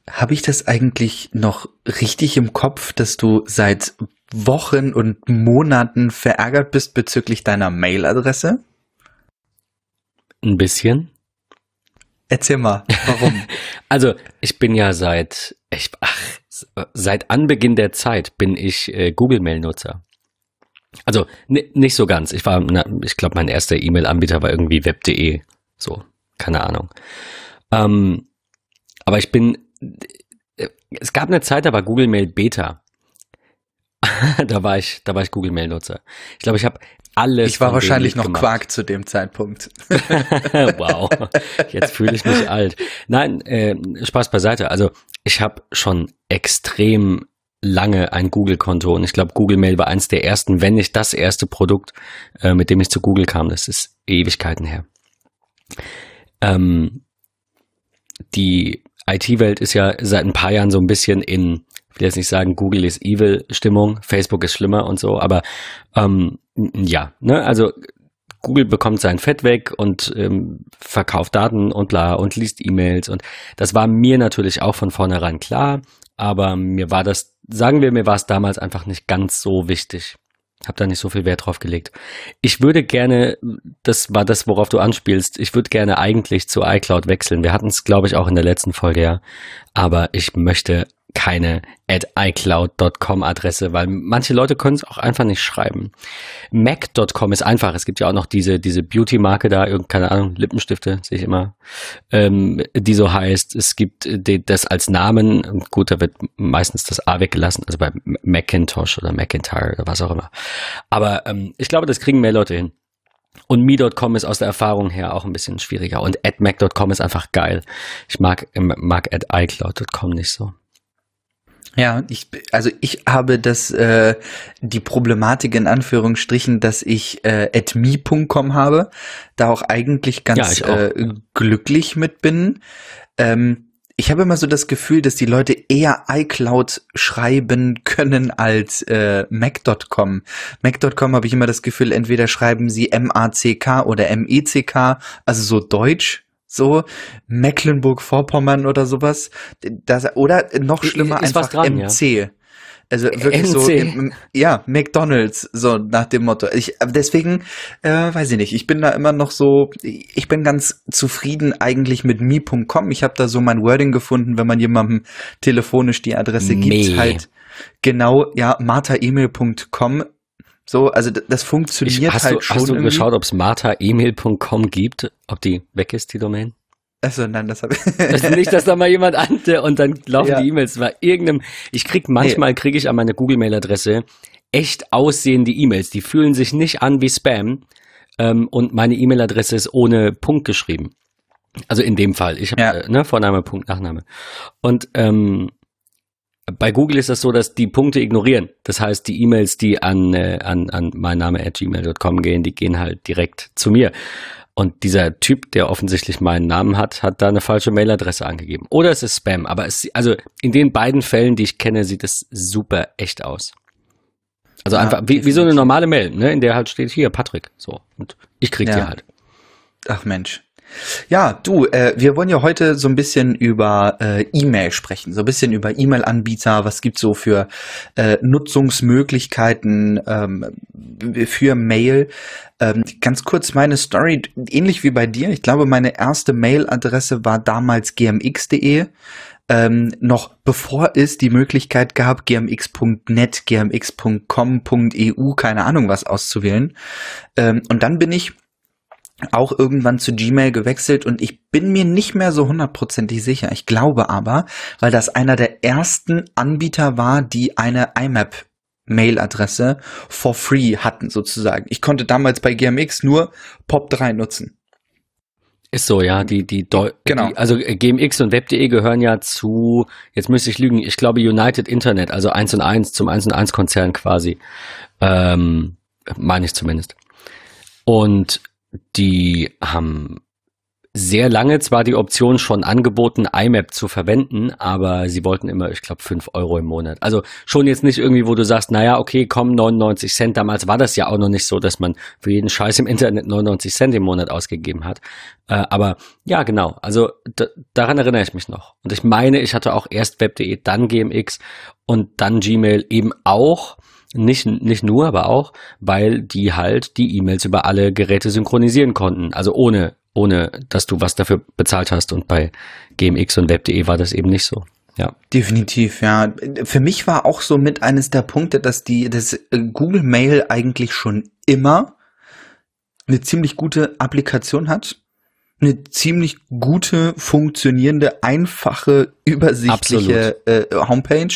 Habe ich das eigentlich noch richtig im Kopf, dass du seit Wochen und Monaten verärgert bist bezüglich deiner Mailadresse? Ein bisschen. Erzähl mal, warum? Also, ich bin ja seit Anbeginn der Zeit bin ich Google-Mail-Nutzer. Also, nicht so ganz. Ich glaube, mein erster E-Mail-Anbieter war irgendwie web.de. So, keine Ahnung. Aber es gab eine Zeit, da war Google Mail Beta. Da war ich Google Mail Nutzer. Ich glaube, ich habe alles. Ich war von denen wahrscheinlich noch mitgemacht. Quark zu dem Zeitpunkt. Wow, jetzt fühle ich mich alt. Nein, Spaß beiseite. Also ich habe schon extrem lange ein Google-Konto und ich glaube, Google Mail war eins der ersten, wenn nicht das erste Produkt, mit dem ich zu Google kam. Das ist Ewigkeiten her. Die IT-Welt ist ja seit ein paar Jahren so ein bisschen in, ich will jetzt nicht sagen, Google ist evil Stimmung, Facebook ist schlimmer und so, aber ja, ne, also Google bekommt sein Fett weg und verkauft Daten und bla und liest E-Mails und das war mir natürlich auch von vornherein klar, aber mir war es damals einfach nicht ganz so wichtig. Hab da nicht so viel Wert drauf gelegt. Ich würde gerne, das war das, worauf du anspielst, ich würde gerne eigentlich zu iCloud wechseln. Wir hatten es, glaube ich, auch in der letzten Folge, ja. Aber ich möchte keine @icloud.com Adresse, weil manche Leute können es auch einfach nicht schreiben. Mac.com ist einfach. Es gibt ja auch noch diese Beauty-Marke da, keine Ahnung, Lippenstifte, sehe ich immer, die so heißt. Es gibt das als Namen. Gut, da wird meistens das A weggelassen, also bei Macintosh oder Macintyre oder was auch immer. Aber ich glaube, das kriegen mehr Leute hin. Und me.com ist aus der Erfahrung her auch ein bisschen schwieriger. Und @mac.com ist einfach geil. Ich mag @icloud.com nicht so. Ja, ich habe die Problematik in Anführungsstrichen, dass ich @me.com habe, da auch eigentlich ganz glücklich mit bin. Ich habe immer so das Gefühl, dass die Leute eher iCloud schreiben können als Mac.com. Mac.com habe ich immer das Gefühl, entweder schreiben sie MACK oder MECK, also so Deutsch. So, Mecklenburg-Vorpommern oder sowas. Oder noch schlimmer, ist einfach dran, MC. Ja. Also wirklich MC. so, ja, McDonald's, so nach dem Motto. Deswegen, weiß ich nicht, ich bin da immer noch so, ich bin ganz zufrieden eigentlich mit me.com. Ich habe da so mein Wording gefunden, wenn man jemandem telefonisch die Adresse gibt, halt genau, ja, martaemail.com. So, also das funktioniert schon irgendwie. Hast du geschaut, ob es martaemail.com gibt? Ob die weg ist, die Domain? Also nein, das habe ich. Also nicht, dass da mal jemand annte und dann laufen die E-Mails bei irgendeinem. Manchmal kriege ich an meine Google-Mail-Adresse echt aussehende E-Mails. Die fühlen sich nicht an wie Spam und meine E-Mail-Adresse ist ohne Punkt geschrieben. Also in dem Fall. Ich habe Vorname, Punkt, Nachname. Und bei Google ist das so, dass die Punkte ignorieren. Das heißt, die E-Mails, die an meinname@gmail.com gehen, die gehen halt direkt zu mir. Und dieser Typ, der offensichtlich meinen Namen hat da eine falsche Mailadresse angegeben. Oder es ist Spam. Aber also in den beiden Fällen, die ich kenne, sieht es super echt aus. Also einfach wie so eine normale Mail, ne, in der halt steht, hier, Patrick. So. Und ich krieg die halt. Ach Mensch. Ja, du, wir wollen ja heute so ein bisschen über E-Mail sprechen, so ein bisschen über E-Mail-Anbieter, was gibt's so für Nutzungsmöglichkeiten für Mail. Ganz kurz meine Story, ähnlich wie bei dir. Ich glaube, meine erste Mailadresse war damals gmx.de. Noch bevor es die Möglichkeit gab, gmx.net, gmx.com.eu, keine Ahnung was auszuwählen. Und dann bin ich auch irgendwann zu Gmail gewechselt und ich bin mir nicht mehr so hundertprozentig sicher. Ich glaube aber, weil das einer der ersten Anbieter war, die eine IMAP-Mail-Adresse for free hatten sozusagen. Ich konnte damals bei GMX nur POP3 nutzen. Ist so, ja, genau. Also GMX und Web.de gehören ja zu, jetzt müsste ich lügen, ich glaube United Internet, also 1&1 zum 1&1 Konzern quasi. Meine ich zumindest. Und die haben sehr lange zwar die Option schon angeboten, IMAP zu verwenden, aber sie wollten immer, ich glaube, 5 Euro im Monat. Also schon jetzt nicht irgendwie, wo du sagst, naja, okay, komm, 99 Cent. Damals war das ja auch noch nicht so, dass man für jeden Scheiß im Internet 99 Cent im Monat ausgegeben hat. Aber ja, genau. Also daran erinnere ich mich noch. Und ich meine, ich hatte auch erst web.de, dann GMX und dann Gmail eben auch. Nicht nur, aber auch, weil die halt die E-Mails über alle Geräte synchronisieren konnten. Also ohne, dass du was dafür bezahlt hast. Und bei GMX und web.de war das eben nicht so. Ja. Definitiv, ja. Für mich war auch so mit eines der Punkte, dass das Google Mail eigentlich schon immer eine ziemlich gute Applikation hat. Eine ziemlich gute, funktionierende, einfache, übersichtliche Homepage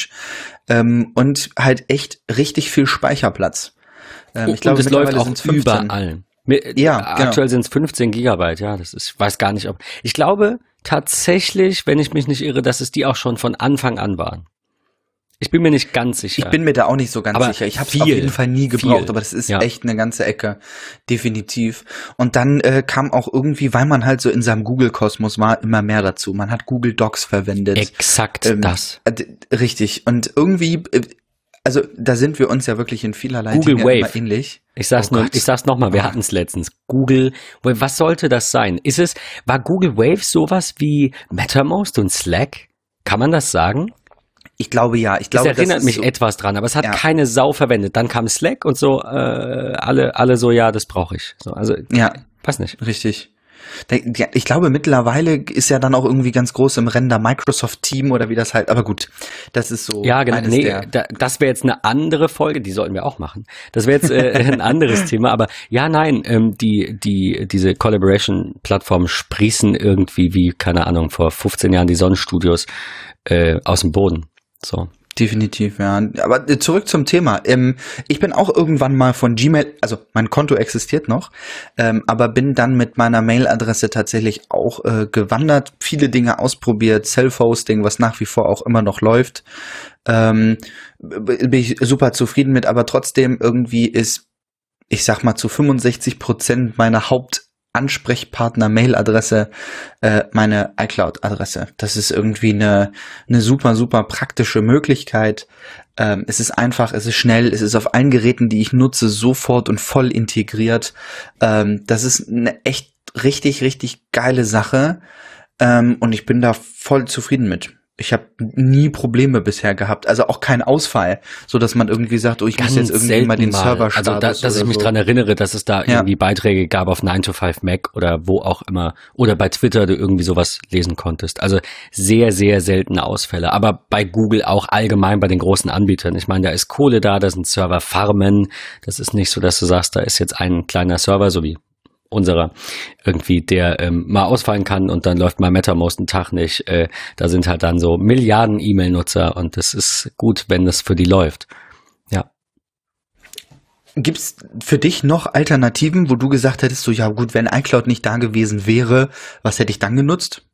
und halt echt richtig viel Speicherplatz. Ich glaube, es läuft auch überall. Ja, aktuell sind es 15 Gigabyte, ja, das ist, ich weiß gar nicht, ich glaube tatsächlich, wenn ich mich nicht irre, dass es die auch schon von Anfang an waren. Ich bin mir nicht ganz sicher. Ich bin mir da auch nicht so ganz sicher. Ich habe es auf jeden Fall nie gebraucht, aber das ist echt eine ganze Ecke. Definitiv. Und dann kam auch irgendwie, weil man halt so in seinem Google-Kosmos war, immer mehr dazu. Man hat Google Docs verwendet. Exakt das. Richtig. Und irgendwie, also da sind wir uns ja wirklich in vielerlei Google Dinge Wave. immer ähnlich. Ich sag's nochmal, wir hatten es letztens. Google Wave, was sollte das sein? War Google Wave sowas wie MetaMost und Slack? Kann man das sagen? Ich glaube ja. Ich glaube, das erinnert mich so etwas dran, aber es hat keine Sau verwendet. Dann kam Slack und so, alle so, ja, das brauche ich. So, also, weiß nicht. Richtig. Ich glaube, mittlerweile ist ja dann auch irgendwie ganz groß im Rennen da Microsoft Team oder wie das halt, aber gut, das ist so. Ja, genau. Das wäre jetzt eine andere Folge, die sollten wir auch machen. Das wäre jetzt ein anderes Thema, aber ja, nein, diese Collaboration-Plattformen sprießen irgendwie wie, keine Ahnung, vor 15 Jahren die Sonnenstudios aus dem Boden. So. Definitiv, ja. Aber zurück zum Thema. Ich bin auch irgendwann mal von Gmail, also mein Konto existiert noch, aber bin dann mit meiner Mailadresse tatsächlich auch gewandert, viele Dinge ausprobiert, Self-Hosting, was nach wie vor auch immer noch läuft. Bin ich super zufrieden mit, aber trotzdem irgendwie ist, ich sag mal, zu 65% meiner Hauptansprechpartner-Mail-Adresse meine iCloud-Adresse. Das ist irgendwie eine super, super praktische Möglichkeit. Es ist einfach, es ist schnell, es ist auf allen Geräten, die ich nutze, sofort und voll integriert. Das ist eine echt richtig, richtig geile Sache und ich bin da voll zufrieden mit. Ich habe nie Probleme bisher gehabt, also auch keinen Ausfall, so dass man irgendwie sagt, oh, ich muss jetzt irgendwie mal den Server starten. Also, dass ich mich dran erinnere, dass es da irgendwie Beiträge gab auf 9to5Mac oder wo auch immer, oder bei Twitter du irgendwie sowas lesen konntest. Also sehr, sehr seltene Ausfälle, aber bei Google auch allgemein bei den großen Anbietern. Ich meine, da ist Kohle da sind Server Farmen, das ist nicht so, dass du sagst, da ist jetzt ein kleiner Server, so wie unserer irgendwie, der mal ausfallen kann und dann läuft mal MetaMost einen Tag nicht. Da sind halt dann so Milliarden E-Mail-Nutzer und das ist gut, wenn das für die läuft. Ja. Gibt's für dich noch Alternativen, wo du gesagt hättest, so ja gut, wenn iCloud nicht da gewesen wäre, was hätte ich dann genutzt?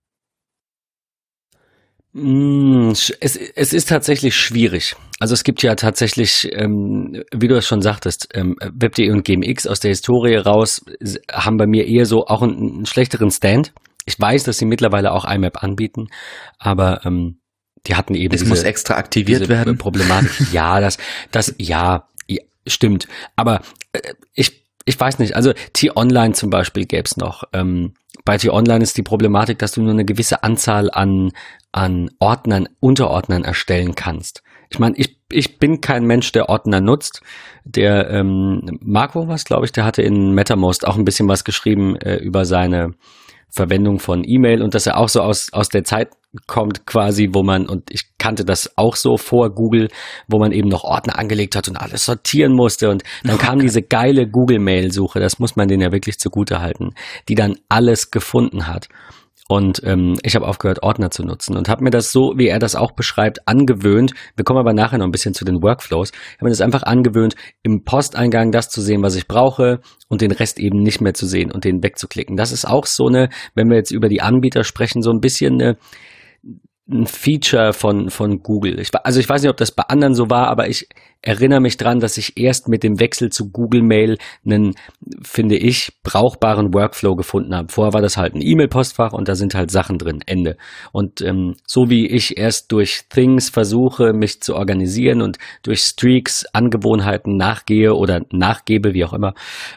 Es ist tatsächlich schwierig. Also es gibt ja tatsächlich, wie du es schon sagtest, web.de und GMX aus der Historie raus haben bei mir eher so auch einen schlechteren Stand. Ich weiß, dass sie mittlerweile auch IMAP anbieten, aber die hatten eben es muss extra aktiviert werden. Problematik. Ja, das stimmt. Aber ich weiß nicht, also T-Online zum Beispiel gäbe es noch. Bei T-Online ist die Problematik, dass du nur eine gewisse Anzahl an Unterordnern erstellen kannst. Ich meine, ich bin kein Mensch, der Ordner nutzt. Der Marco, glaube ich, der hatte in MetaMost auch ein bisschen was geschrieben über seine Verwendung von E-Mail und dass er auch so aus der Zeit kommt quasi, wo man, und ich kannte das auch so vor Google, wo man eben noch Ordner angelegt hat und alles sortieren musste und dann kam diese geile Google-Mail-Suche, das muss man denen ja wirklich zugute halten, die dann alles gefunden hat. Und ich habe aufgehört, Ordner zu nutzen und habe mir das so, wie er das auch beschreibt, angewöhnt. Wir kommen aber nachher noch ein bisschen zu den Workflows. Ich habe mir das einfach angewöhnt, im Posteingang das zu sehen, was ich brauche und den Rest eben nicht mehr zu sehen und den wegzuklicken. Das ist auch so eine, wenn wir jetzt über die Anbieter sprechen, so ein bisschen ein Feature von Google. Ich weiß nicht, ob das bei anderen so war, aber ich erinnere mich dran, dass ich erst mit dem Wechsel zu Google Mail einen, finde ich, brauchbaren Workflow gefunden habe. Vorher war das halt ein E-Mail-Postfach und da sind halt Sachen drin, Ende. Und so wie ich erst durch Things versuche, mich zu organisieren und durch Streaks Angewohnheiten nachgehe oder nachgebe, wie auch immer,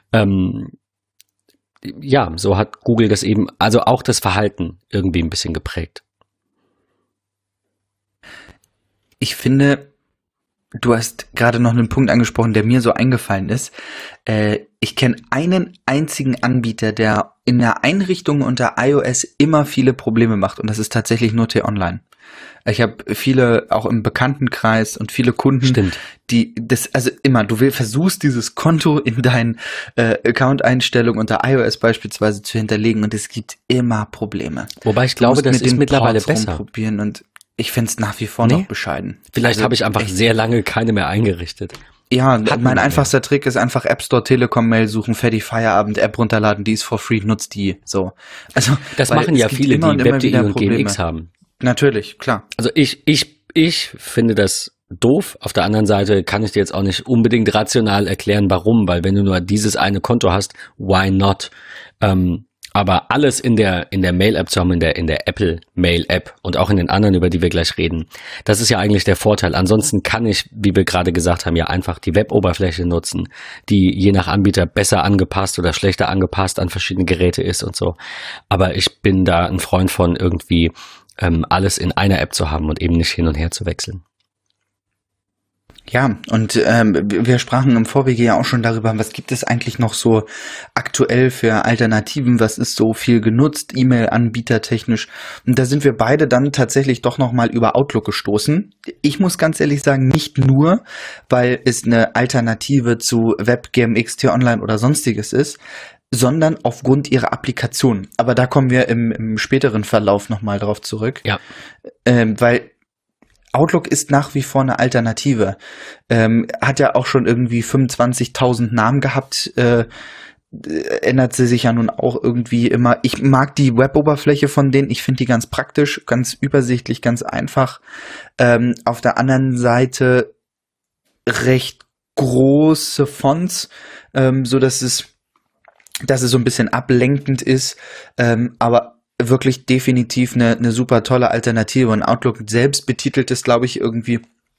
ja, so hat Google das eben, also auch das Verhalten irgendwie ein bisschen geprägt. Ich finde, du hast gerade noch einen Punkt angesprochen, der mir so eingefallen ist. Ich kenne einen einzigen Anbieter, der in der Einrichtung unter iOS immer viele Probleme macht, und das ist tatsächlich nur T-Online. Ich habe viele auch im Bekanntenkreis und viele Kunden, Stimmt. die das, also immer, versuchst dieses Konto in deinen Account-Einstellungen unter iOS beispielsweise zu hinterlegen, und es gibt immer Probleme. Wobei ich glaube, das ist mittlerweile besser. Probieren, und ich finde es nach wie vor noch bescheiden. Vielleicht habe ich einfach sehr lange keine mehr eingerichtet. Ja, mein einfachster Trick ist einfach App Store, Telekom Mail suchen, fertig, Feierabend, App runterladen, die ist for free, nutzt die. So. Also, das machen ja viele, die Web.de und GMX haben. Natürlich, klar. Also ich finde das doof. Auf der anderen Seite kann ich dir jetzt auch nicht unbedingt rational erklären, warum, weil wenn du nur dieses eine Konto hast, why not? Aber alles in der Mail-App zu haben, in der Apple Mail-App und auch in den anderen, über die wir gleich reden, das ist ja eigentlich der Vorteil. Ansonsten kann ich, wie wir gerade gesagt haben, ja einfach die Web-Oberfläche nutzen, die je nach Anbieter besser angepasst oder schlechter angepasst an verschiedene Geräte ist und so. Aber ich bin da ein Freund von, irgendwie alles in einer App zu haben und eben nicht hin und her zu wechseln. Ja, und wir sprachen im Vorwege ja auch schon darüber, was gibt es eigentlich noch so aktuell für Alternativen, was ist so viel genutzt, E-Mail-Anbieter technisch. Und da sind wir beide dann tatsächlich doch nochmal über Outlook gestoßen. Ich muss ganz ehrlich sagen, nicht nur, weil es eine Alternative zu Web, GMX, T-Online oder sonstiges ist, sondern aufgrund ihrer Applikation. Aber da kommen wir im späteren Verlauf nochmal drauf zurück. Ja. Weil Outlook ist nach wie vor eine Alternative. Hat ja auch schon irgendwie 25.000 Namen gehabt. Ändert sie sich ja nun auch irgendwie immer. Ich mag die Web-Oberfläche von denen. Ich finde die ganz praktisch, ganz übersichtlich, ganz einfach. Auf der anderen Seite recht große Fonts, so dass es so ein bisschen ablenkend ist. Aber wirklich definitiv eine super tolle Alternative, und Outlook selbst betitelt es, glaube ich, irgendwie,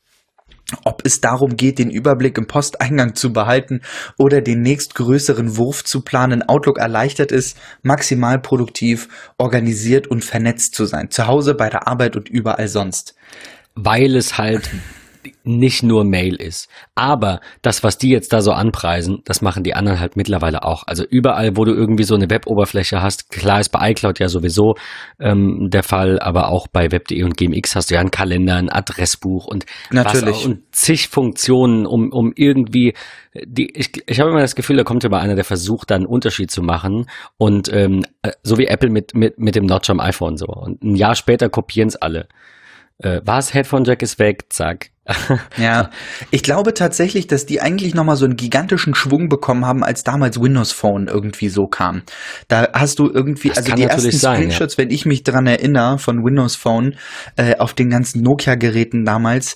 ob es darum geht, den Überblick im Posteingang zu behalten oder den nächstgrößeren Wurf zu planen. Outlook erleichtert es, maximal produktiv, organisiert und vernetzt zu sein. Zu Hause, bei der Arbeit und überall sonst. Weil es halt nicht nur Mail ist. Aber das, was die jetzt da so anpreisen, das machen die anderen halt mittlerweile auch. Also überall, wo du irgendwie so eine Web-Oberfläche hast, klar ist bei iCloud ja sowieso der Fall, aber auch bei Web.de und GMX hast du ja einen Kalender, ein Adressbuch und natürlich und zig Funktionen, um irgendwie ich habe immer das Gefühl, da kommt immer einer, der versucht, da einen Unterschied zu machen, und so wie Apple mit dem Notch am iPhone so. Und ein Jahr später kopieren es alle. Was? Headphone Jack ist weg, zack. Ja, ich glaube tatsächlich, dass die eigentlich nochmal so einen gigantischen Schwung bekommen haben, als damals Windows Phone irgendwie so kam. Da hast du irgendwie, das also die ersten Screenshots, wenn ich mich dran erinnere, von Windows Phone auf den ganzen Nokia-Geräten damals,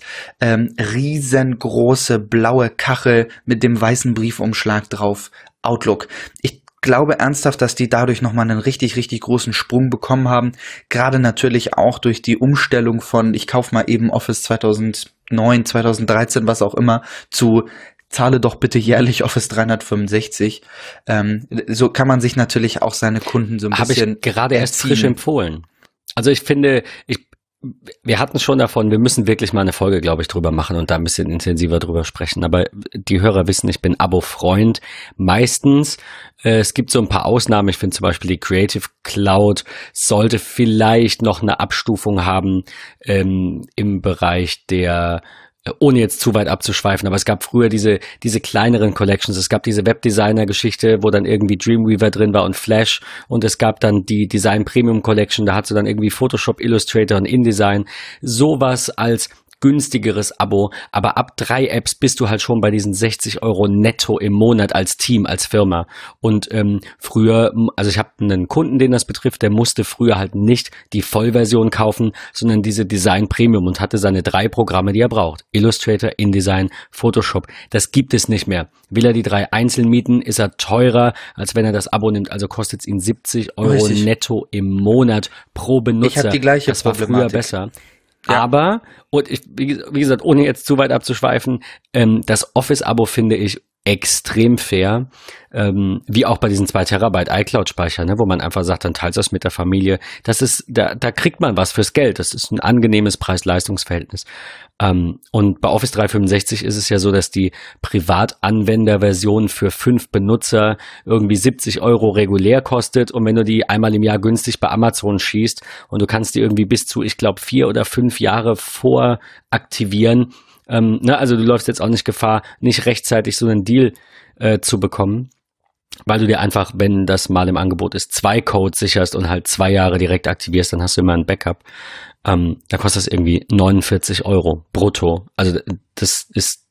riesengroße blaue Kachel mit dem weißen Briefumschlag drauf, Outlook. Ich glaube ernsthaft, dass die dadurch nochmal einen richtig, richtig großen Sprung bekommen haben. Gerade natürlich auch durch die Umstellung von, ich kaufe mal eben Office 2009, 2013, was auch immer, zu zahle doch bitte jährlich Office 365. So kann man sich natürlich auch seine Kunden so ein bisschen habe ich gerade erst frisch empfohlen. Also ich finde, wir hatten schon davon, wir müssen wirklich mal eine Folge, glaube ich, drüber machen und da ein bisschen intensiver drüber sprechen. Aber die Hörer wissen, ich bin Abo-Freund. Meistens, es gibt so ein paar Ausnahmen. Ich finde zum Beispiel die Creative Cloud sollte vielleicht noch eine Abstufung haben im Bereich der, ohne jetzt zu weit abzuschweifen, aber es gab früher diese kleineren Collections, es gab diese Webdesigner-Geschichte, wo dann irgendwie Dreamweaver drin war und Flash, und es gab dann die Design Premium Collection, da hast du dann irgendwie Photoshop, Illustrator und InDesign. Sowas als günstigeres Abo, aber ab 3 Apps bist du halt schon bei diesen 60 Euro netto im Monat als Team, als Firma. Und früher, also ich habe einen Kunden, den das betrifft, der musste früher halt nicht die Vollversion kaufen, sondern diese Design Premium und hatte seine 3 Programme, die er braucht. Illustrator, InDesign, Photoshop. Das gibt es nicht mehr. Will er die 3 einzeln mieten, ist er teurer, als wenn er das Abo nimmt. Also kostet es ihn 70 Euro Richtig. netto im Monat pro Benutzer. Ich habe die gleiche Das war früher Problematik. besser. Ja. Aber, und wie gesagt, ohne jetzt zu weit abzuschweifen, das Office-Abo finde ich extrem fair, wie auch bei diesen 2 Terabyte iCloud-Speicher, ne, wo man einfach sagt, dann teilst du das mit der Familie. Das ist, da kriegt man was fürs Geld. Das ist ein angenehmes Preis-Leistungs-Verhältnis. Und bei Office 365 ist es ja so, dass die Privatanwenderversion für 5 Benutzer irgendwie 70 Euro regulär kostet. Und wenn du die einmal im Jahr günstig bei Amazon schießt und du kannst die irgendwie bis zu, ich glaube, 4 oder 5 Jahre voraktivieren, also du läufst jetzt auch nicht Gefahr, nicht rechtzeitig so einen Deal zu bekommen, weil du dir einfach, wenn das mal im Angebot ist, 2 Codes sicherst und halt 2 Jahre direkt aktivierst, dann hast du immer ein Backup. Da kostet das irgendwie 49 Euro brutto. Also das ist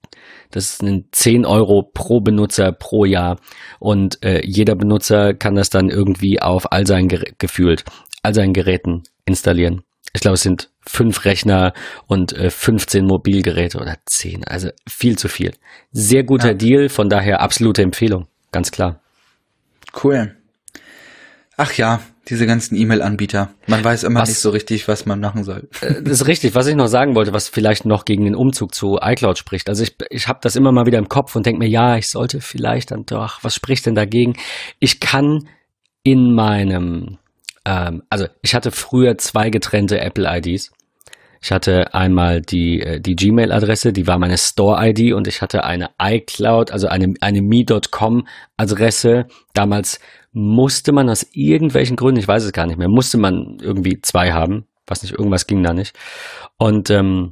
10 Euro pro Benutzer pro Jahr und jeder Benutzer kann das dann irgendwie auf all seinen Geräten installieren. Ich glaube, es sind 5 Rechner und 15 Mobilgeräte oder 10. Also viel zu viel. Sehr guter Deal, von daher absolute Empfehlung. Ganz klar. Cool. Ach ja, diese ganzen E-Mail-Anbieter. Man weiß immer nicht so richtig, was man machen soll. Das ist richtig. Was ich noch sagen wollte, was vielleicht noch gegen den Umzug zu iCloud spricht. Also ich habe das immer mal wieder im Kopf und denke mir, ja, ich sollte vielleicht dann doch, was spricht denn dagegen? Ich kann in meinem also ich hatte früher 2 getrennte Apple-IDs. Ich hatte einmal die Gmail-Adresse, die war meine Store-ID und ich hatte eine iCloud, also eine me.com-Adresse. Damals musste man aus irgendwelchen Gründen, ich weiß es gar nicht mehr, musste man irgendwie 2 haben. Was nicht, irgendwas ging da nicht. Und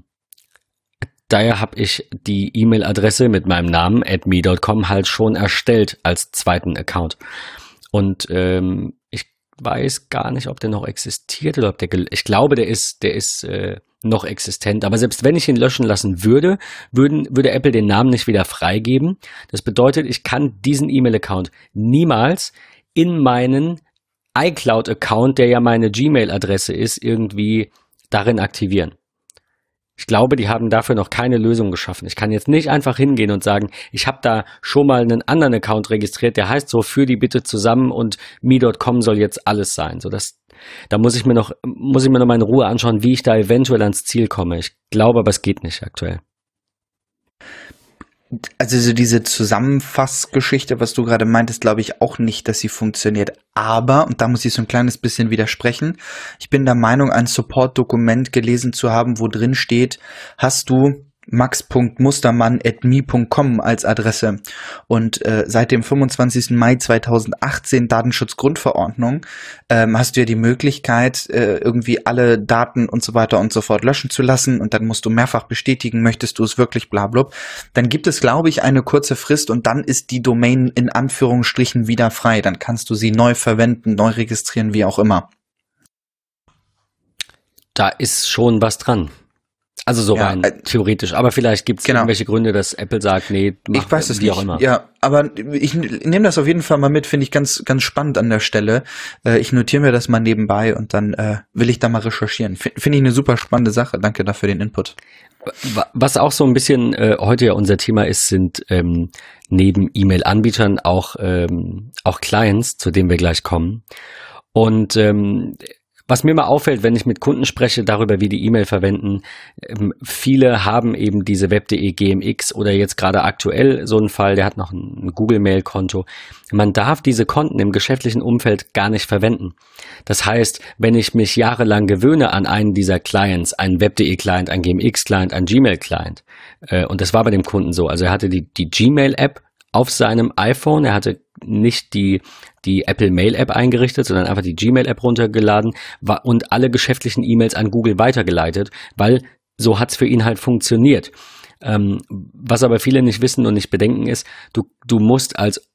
daher habe ich die E-Mail-Adresse mit meinem Namen @me.com halt schon erstellt als zweiten Account. Und ich weiß gar nicht, ob der noch existiert oder ob ich glaube, der ist noch existent. Aber selbst wenn ich ihn löschen lassen würde Apple den Namen nicht wieder freigeben. Das bedeutet, ich kann diesen E-Mail-Account niemals in meinen iCloud-Account, der ja meine Gmail-Adresse ist, irgendwie darin aktivieren. Ich glaube, die haben dafür noch keine Lösung geschaffen. Ich kann jetzt nicht einfach hingehen und sagen, ich habe da schon mal einen anderen Account registriert, der heißt so, führ die bitte zusammen und me.com soll jetzt alles sein. So, da muss ich mir noch mal in Ruhe anschauen, wie ich da eventuell ans Ziel komme. Ich glaube, aber es geht nicht aktuell. Also so diese Zusammenfassgeschichte, was du gerade meintest, glaube ich auch nicht, dass sie funktioniert. Aber, und da muss ich so ein kleines bisschen widersprechen, ich bin der Meinung, ein Support-Dokument gelesen zu haben, wo drin steht, hast du max.mustermann@me.com als Adresse. Und seit dem 25. Mai 2018 Datenschutzgrundverordnung hast du ja die Möglichkeit, irgendwie alle Daten und so weiter und so fort löschen zu lassen. Und dann musst du mehrfach bestätigen, möchtest du es wirklich, blablabla. Dann gibt es, glaube ich, eine kurze Frist und dann ist die Domain in Anführungsstrichen wieder frei. Dann kannst du sie neu verwenden, neu registrieren, wie auch immer. Da ist schon was dran. Also so rein theoretisch. Aber vielleicht gibt es irgendwelche Gründe, dass Apple sagt, nee, ich weiß es wie nicht. Auch immer. Ja, aber ich nehme das auf jeden Fall mal mit, finde ich ganz, ganz spannend an der Stelle. Ich notiere mir das mal nebenbei und dann will ich da mal recherchieren. Finde ich eine super spannende Sache. Danke dafür den Input. Was auch so ein bisschen heute ja unser Thema ist, sind neben E-Mail-Anbietern auch Clients, zu denen wir gleich kommen. Und was mir mal auffällt, wenn ich mit Kunden spreche darüber, wie die E-Mail verwenden, viele haben eben diese web.de GMX oder jetzt gerade aktuell so einen Fall, der hat noch ein Google-Mail-Konto. Man darf diese Konten im geschäftlichen Umfeld gar nicht verwenden. Das heißt, wenn ich mich jahrelang gewöhne an einen dieser Clients, einen web.de Client, einen GMX Client, einen Gmail Client, und das war bei dem Kunden so, also er hatte die Gmail-App auf seinem iPhone, er hatte nicht die Apple Mail App eingerichtet, sondern einfach die Gmail App runtergeladen und alle geschäftlichen E-Mails an Google weitergeleitet, weil so hat's für ihn halt funktioniert. Was aber viele nicht wissen und nicht bedenken ist, du musst als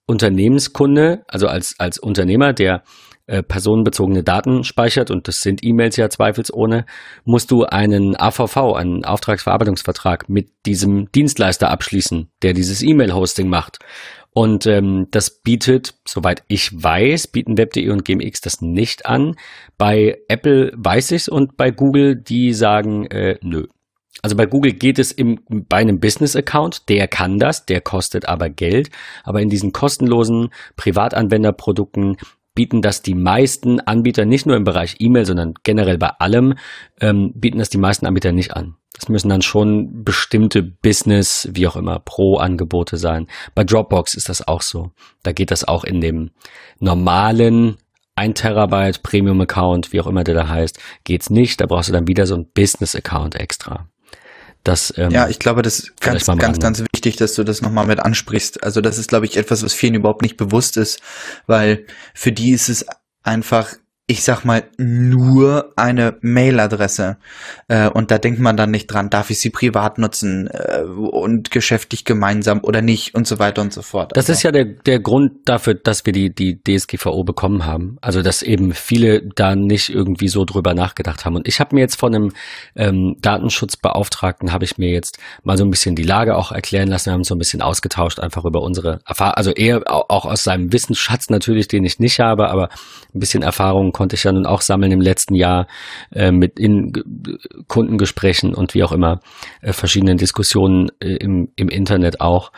Unternehmenskunde, also als Unternehmer, der personenbezogene Daten speichert, und das sind E-Mails ja zweifelsohne, musst du einen AVV, einen Auftragsverarbeitungsvertrag mit diesem Dienstleister abschließen, der dieses E-Mail-Hosting macht. Und das bietet, soweit ich weiß, bieten Web.de und GMX das nicht an. Bei Apple weiß ich's und bei Google, die sagen, nö. Also bei Google geht es bei einem Business-Account, der kann das, der kostet aber Geld. Aber in diesen kostenlosen Privatanwenderprodukten bieten das die meisten Anbieter, nicht nur im Bereich E-Mail, sondern generell bei allem, bieten das die meisten Anbieter nicht an. Das müssen dann schon bestimmte Business, wie auch immer, Pro-Angebote sein. Bei Dropbox ist das auch so. Da geht das auch in dem normalen 1 Terabyte Premium-Account, wie auch immer der da heißt, geht's nicht. Da brauchst du dann wieder so einen Business-Account extra. Das, ja, ich glaube, das ist ganz wichtig, dass du das nochmal mit ansprichst. Also das ist, glaube ich, etwas, was vielen überhaupt nicht bewusst ist, weil für die ist es einfach, ich sag mal, nur eine Mailadresse. Und da denkt man dann nicht dran, darf ich sie privat nutzen und geschäftlich gemeinsam oder nicht und so weiter und so fort. Das ist ja der Grund dafür, dass wir die DSGVO bekommen haben. Also dass eben viele da nicht irgendwie so drüber nachgedacht haben. Und ich habe mir jetzt von einem Datenschutzbeauftragten, habe ich mir jetzt mal so ein bisschen die Lage auch erklären lassen. Wir haben uns so ein bisschen ausgetauscht, einfach über unsere Erfahrung. Also er auch aus seinem Wissensschatz natürlich, den ich nicht habe, aber ein bisschen Erfahrung konnte ich ja nun auch sammeln im letzten Jahr mit in Kundengesprächen und wie auch immer, verschiedenen Diskussionen im Internet auch.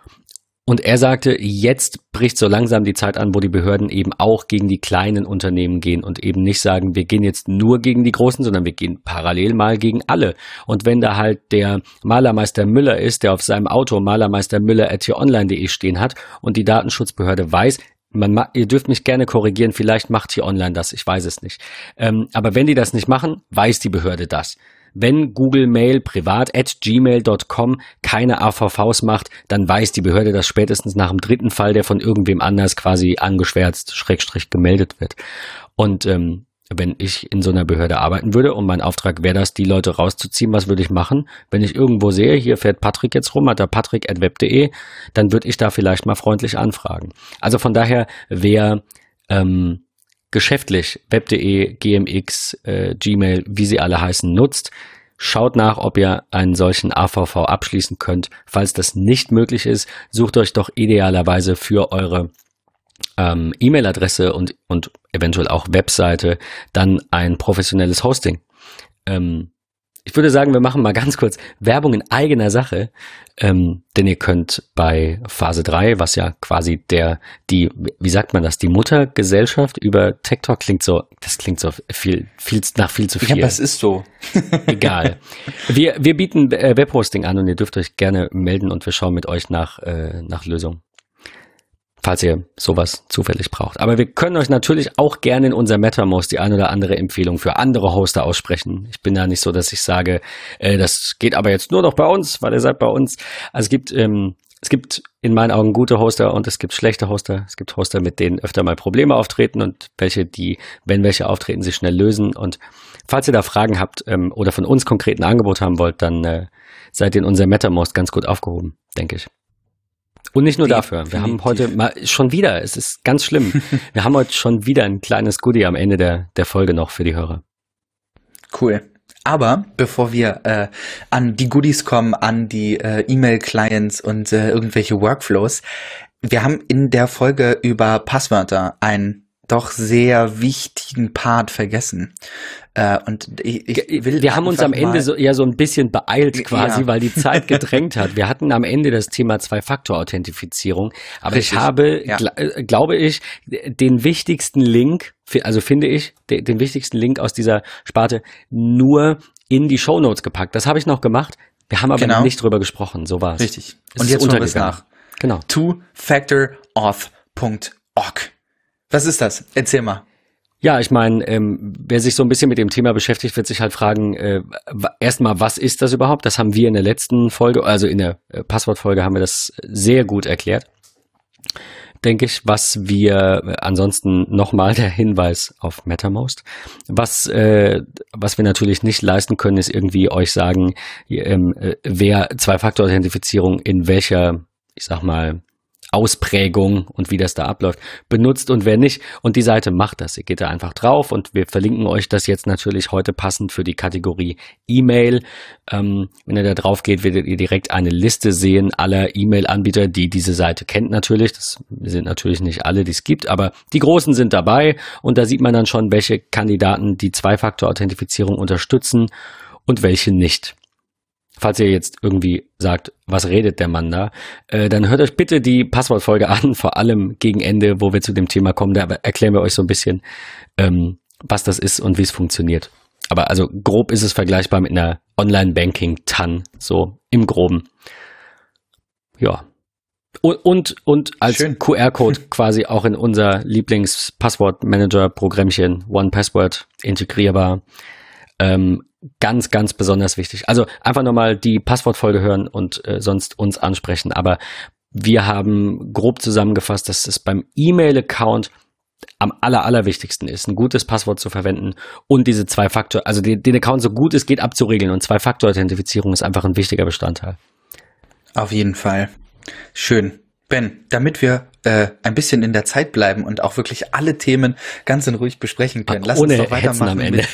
Und er sagte, jetzt bricht so langsam die Zeit an, wo die Behörden eben auch gegen die kleinen Unternehmen gehen und eben nicht sagen, wir gehen jetzt nur gegen die Großen, sondern wir gehen parallel mal gegen alle. Und wenn da halt der Malermeister Müller ist, der auf seinem Auto malermeistermüller@hieronline.de stehen hat und die Datenschutzbehörde weiß, ihr dürft mich gerne korrigieren, vielleicht macht hier online das, ich weiß es nicht. Aber wenn die das nicht machen, weiß die Behörde das. Wenn Google Mail privat @gmail.com keine AVVs macht, dann weiß die Behörde das spätestens nach dem 3. Fall, der von irgendwem anders quasi angeschwärzt, / gemeldet wird. Und wenn ich in so einer Behörde arbeiten würde und mein Auftrag wäre das, die Leute rauszuziehen, was würde ich machen? Wenn ich irgendwo sehe, hier fährt Patrick jetzt rum, hat er patrick@web.de, dann würde ich da vielleicht mal freundlich anfragen. Also von daher, wer geschäftlich Web.de, GMX, Gmail, wie sie alle heißen, nutzt, schaut nach, ob ihr einen solchen AVV abschließen könnt. Falls das nicht möglich ist, sucht euch doch idealerweise für eure E-Mail-Adresse und eventuell auch Webseite dann ein professionelles Hosting. Ich würde sagen, wir machen mal ganz kurz Werbung in eigener Sache, denn ihr könnt bei Phase 3, was ja quasi wie sagt man das, die Muttergesellschaft über TikTok klingt so viel zu viel. Ja, das ist so. Egal. Wir bieten Webhosting an und ihr dürft euch gerne melden und wir schauen mit euch nach Lösungen, falls ihr sowas zufällig braucht. Aber wir können euch natürlich auch gerne in unser MetaMost die ein oder andere Empfehlung für andere Hoster aussprechen. Ich bin da nicht so, dass ich sage, das geht aber jetzt nur noch bei uns, weil ihr seid bei uns. Also es gibt in meinen Augen gute Hoster und es gibt schlechte Hoster. Es gibt Hoster, mit denen öfter mal Probleme auftreten und wenn welche auftreten, sich schnell lösen. Und falls ihr da Fragen habt oder von uns konkret ein Angebot haben wollt, dann seid ihr in unserem MetaMost ganz gut aufgehoben, denke ich. Und nicht nur dafür. Wir haben heute mal schon wieder, es ist ganz schlimm, wir haben heute schon wieder ein kleines Goodie am Ende der Folge noch für die Hörer. Cool. Aber bevor wir an die Goodies kommen, an die E-Mail-Clients und irgendwelche Workflows, wir haben in der Folge über Passwörter einen doch sehr wichtigen Part vergessen. Und wir haben uns am Ende so ein bisschen beeilt quasi, weil die Zeit gedrängt hat. Wir hatten am Ende das Thema Zwei-Faktor-Authentifizierung, aber richtig. Ich habe, glaube ich, den wichtigsten Link, finde ich, den wichtigsten Link aus dieser Sparte nur in die Shownotes gepackt. Das habe ich noch gemacht. Wir haben aber nicht drüber gesprochen. So war es. Richtig. Und jetzt holen wir es nach. Genau. twofactorauth.org. Was ist das? Erzähl mal. Ja, ich meine, wer sich so ein bisschen mit dem Thema beschäftigt, wird sich halt fragen, erstmal, was ist das überhaupt? Das haben wir in der letzten Folge, also in der Passwortfolge haben wir das sehr gut erklärt, denke ich. Was wir ansonsten nochmal der Hinweis auf MetaMost. Was wir natürlich nicht leisten können, ist irgendwie euch sagen, wer Zwei-Faktor-Authentifizierung in welcher, ich sag mal, Ausprägung und wie das da abläuft, benutzt und wer nicht. Und die Seite macht das. Ihr geht da einfach drauf und wir verlinken euch das jetzt natürlich heute passend für die Kategorie E-Mail. Wenn ihr da drauf geht, werdet ihr direkt eine Liste sehen aller E-Mail-Anbieter, die diese Seite kennt natürlich. Das sind natürlich nicht alle, die es gibt, aber die großen sind dabei und da sieht man dann schon, welche Kandidaten die Zwei-Faktor-Authentifizierung unterstützen und welche nicht. Falls ihr jetzt irgendwie sagt, was redet der Mann da, dann hört euch bitte die Passwortfolge an, vor allem gegen Ende, wo wir zu dem Thema kommen. Da erklären wir euch so ein bisschen, was das ist und wie es funktioniert. Aber also grob ist es vergleichbar mit einer Online-Banking-TAN, so im Groben. Ja. Und als Schön. QR-Code quasi auch in unser Lieblings-Passwort-Manager-Programmchen OnePassword integrierbar. Ganz, ganz besonders wichtig. Also einfach nochmal die Passwortfolge hören und sonst uns ansprechen. Aber wir haben grob zusammengefasst, dass es beim E-Mail-Account am allerwichtigsten ist, ein gutes Passwort zu verwenden und diese Zwei-Faktor, also den Account so gut es geht abzuregeln und Zwei-Faktor-Authentifizierung ist einfach ein wichtiger Bestandteil. Auf jeden Fall. Schön. Ben, damit wir ein bisschen in der Zeit bleiben und auch wirklich alle Themen ganz in ruhig besprechen können, lass uns doch weitermachen am Ende.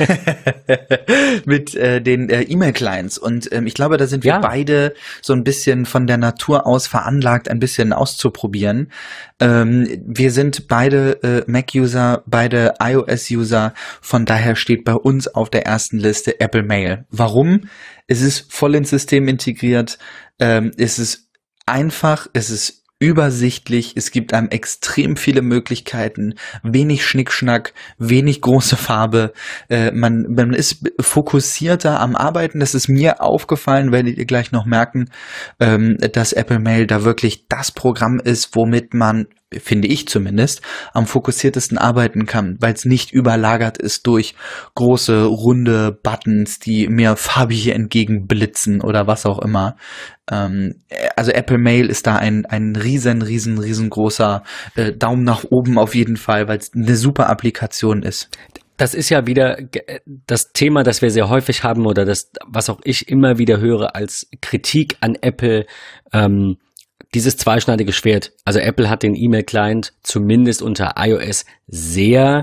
mit den E-Mail-Clients. Und ich glaube, da sind wir beide so ein bisschen von der Natur aus veranlagt, ein bisschen auszuprobieren. Wir sind beide Mac-User, beide iOS-User. Von daher steht bei uns auf der ersten Liste Apple Mail. Warum? Es ist voll ins System integriert. Es ist einfach, es ist übersichtlich, es gibt einem extrem viele Möglichkeiten, wenig Schnickschnack, wenig große Farbe, man ist fokussierter am Arbeiten, das ist mir aufgefallen, werdet ihr gleich noch merken, dass Apple Mail da wirklich das Programm ist, womit man, finde ich zumindest, am fokussiertesten arbeiten kann, weil es nicht überlagert ist durch große, runde Buttons, die mir farbig entgegenblitzen oder was auch immer. Also Apple Mail ist da ein riesengroßer Daumen nach oben auf jeden Fall, weil es eine super Applikation ist. Das ist ja wieder das Thema, das wir sehr häufig haben oder das, was auch ich immer wieder höre als Kritik an Apple, dieses zweischneidige Schwert. Also Apple hat den E-Mail-Client zumindest unter iOS sehr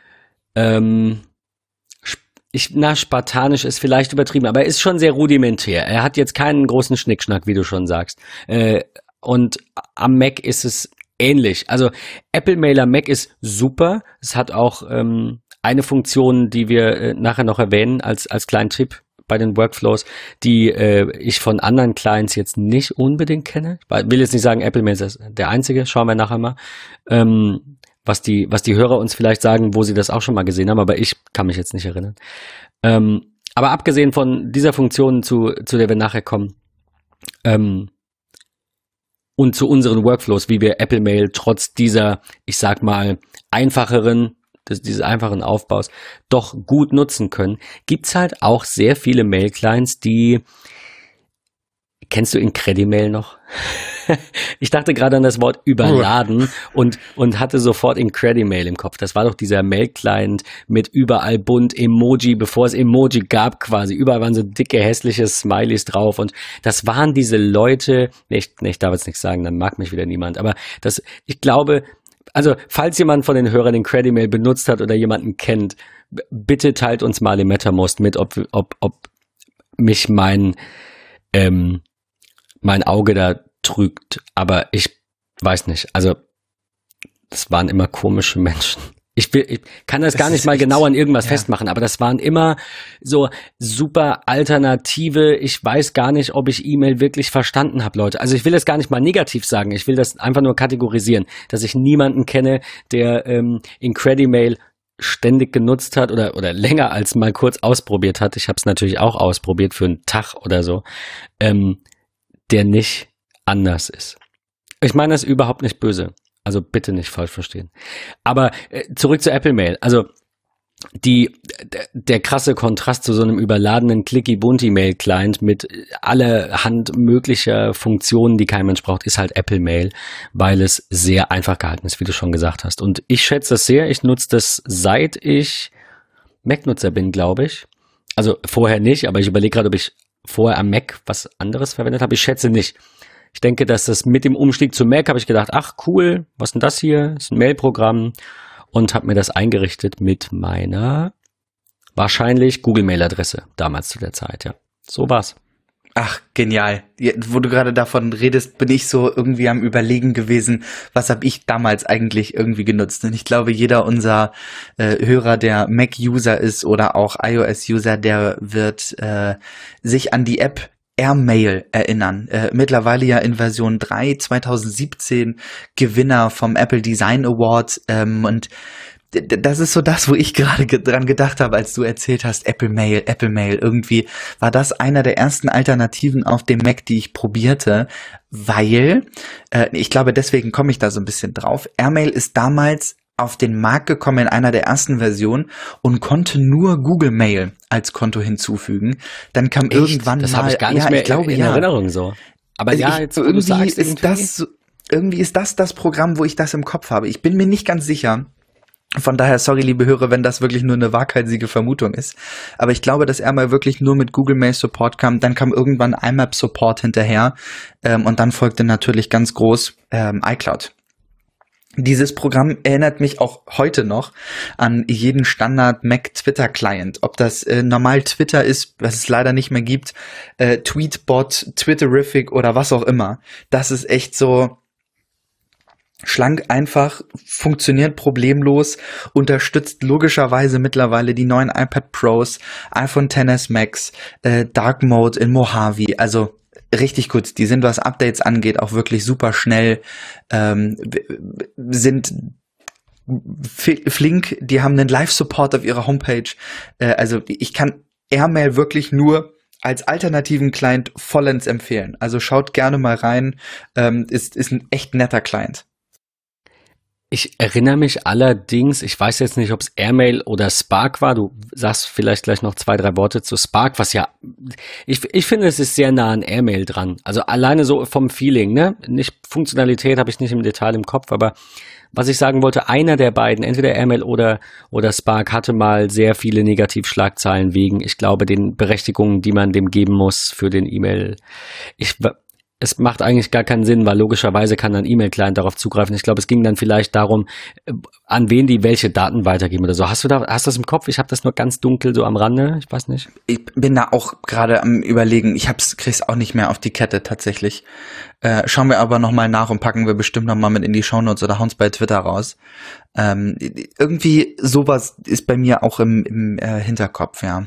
spartanisch ist vielleicht übertrieben, aber er ist schon sehr rudimentär. Er hat jetzt keinen großen Schnickschnack, wie du schon sagst. Und am Mac ist es ähnlich. Also Apple Mail am Mac ist super. Es hat auch eine Funktion, die wir nachher noch erwähnen als kleinen Tipp bei den Workflows, die ich von anderen Clients jetzt nicht unbedingt kenne. Ich will jetzt nicht sagen, Apple Mail ist der einzige. Schauen wir nachher mal. Was die Hörer uns vielleicht sagen, wo sie das auch schon mal gesehen haben, aber ich kann mich jetzt nicht erinnern. Aber abgesehen von dieser Funktion, zu der wir nachher kommen, und zu unseren Workflows, wie wir Apple Mail trotz dieser, ich sag mal, dieses einfachen Aufbaus doch gut nutzen können, gibt's halt auch sehr viele Mail-Clients, die, kennst du Incredimail noch? Ich dachte gerade an das Wort überladen und hatte sofort Incredimail im Kopf. Das war doch dieser Mail-Client mit überall bunt Emoji, bevor es Emoji gab quasi. Überall waren so dicke, hässliche Smileys drauf und das waren diese Leute, ich darf jetzt nichts sagen, dann mag mich wieder niemand, aber ich glaube, also falls jemand von den Hörern Incredimail benutzt hat oder jemanden kennt, bitte teilt uns mal im MetaMost mit, ob mich mein Auge da trügt, aber ich weiß nicht, also das waren immer komische Menschen. Ich kann das gar nicht mal genau an irgendwas festmachen, aber das waren immer so super alternative, ich weiß gar nicht, ob ich E-Mail wirklich verstanden habe, Leute. Also ich will das gar nicht mal negativ sagen, ich will das einfach nur kategorisieren, dass ich niemanden kenne, der Incredimail ständig genutzt hat oder länger als mal kurz ausprobiert hat. Ich habe es natürlich auch ausprobiert für einen Tag oder so, der nicht anders ist. Ich meine das überhaupt nicht böse. Also bitte nicht falsch verstehen. Aber zurück zu Apple Mail. Also der krasse Kontrast zu so einem überladenen Clicky-Bunti-Mail-Client mit allerhand möglicher Funktionen, die kein Mensch braucht, ist halt Apple Mail, weil es sehr einfach gehalten ist, wie du schon gesagt hast. Und ich schätze das sehr. Ich nutze das, seit ich Mac-Nutzer bin, glaube ich. Also vorher nicht, aber ich überlege gerade, ob ich vorher am Mac was anderes verwendet habe. Ich schätze nicht. Ich denke, dass das mit dem Umstieg zu Mac habe ich gedacht, ach cool, was ist denn das hier? Das ist ein Mail-Programm und habe mir das eingerichtet mit meiner wahrscheinlich Google-Mail-Adresse damals zu der Zeit, ja. So war's. Ach, genial. Ja, wo du gerade davon redest, bin ich so irgendwie am Überlegen gewesen, was habe ich damals eigentlich irgendwie genutzt. Und ich glaube, jeder unserer Hörer, der Mac-User ist oder auch iOS-User, der wird sich an die App AirMail erinnern. Mittlerweile ja in Version 3, 2017 Gewinner vom Apple Design Award. Und das ist so das, wo ich gerade dran gedacht habe, als du erzählt hast, Apple Mail. Irgendwie war das einer der ersten Alternativen auf dem Mac, die ich probierte, weil, ich glaube, deswegen komme ich da so ein bisschen drauf. AirMail ist damals auf den Markt gekommen in einer der ersten Versionen und konnte nur Google Mail als Konto hinzufügen. Dann kam irgendwann das habe ich gar nicht mehr in Erinnerung so. Aber also ja, jetzt wo du sagst, irgendwie ist das Programm, wo ich das im Kopf habe. Ich bin mir nicht ganz sicher. Von daher, sorry, liebe Hörer, wenn das wirklich nur eine waghalsige Vermutung ist. Aber ich glaube, dass er mal wirklich nur mit Google Mail Support kam. Dann kam irgendwann IMAP Support hinterher. Und dann folgte natürlich ganz groß iCloud. Dieses Programm erinnert mich auch heute noch an jeden Standard Mac Twitter Client. Ob das normal Twitter ist, was es leider nicht mehr gibt, Tweetbot, Twitterific oder was auch immer. Das ist echt so schlank, einfach, funktioniert problemlos, unterstützt logischerweise mittlerweile die neuen iPad Pros, iPhone XS Max, Dark Mode in Mojave, also richtig gut. Die sind, was Updates angeht, auch wirklich super schnell, sind flink, die haben einen Live-Support auf ihrer Homepage, also ich kann AirMail wirklich nur als alternativen Client vollends empfehlen. Also schaut gerne mal rein, ist ein echt netter Client. Ich erinnere mich allerdings, ich weiß jetzt nicht, ob es AirMail oder Spark war. Du sagst vielleicht gleich noch 2, 3 Worte zu Spark, was ja, ich finde, es ist sehr nah an AirMail dran. Also alleine so vom Feeling, ne? Nicht Funktionalität habe ich nicht im Detail im Kopf, aber was ich sagen wollte, einer der beiden, entweder AirMail oder Spark, hatte mal sehr viele Negativschlagzeilen wegen, ich glaube, den Berechtigungen, die man dem geben muss für den E-Mail. Es macht eigentlich gar keinen Sinn, weil logischerweise kann ein E-Mail-Client darauf zugreifen. Ich glaube, es ging dann vielleicht darum, an wen die welche Daten weitergeben oder so. Hast du das im Kopf? Ich habe das nur ganz dunkel so am Rande. Ich weiß nicht. Ich bin da auch gerade am Überlegen. Krieg's auch nicht mehr auf die Kette tatsächlich. Schauen wir aber nochmal nach und packen wir bestimmt nochmal mit in die Shownotes oder hauen es bei Twitter raus. Irgendwie sowas ist bei mir auch im Hinterkopf, ja.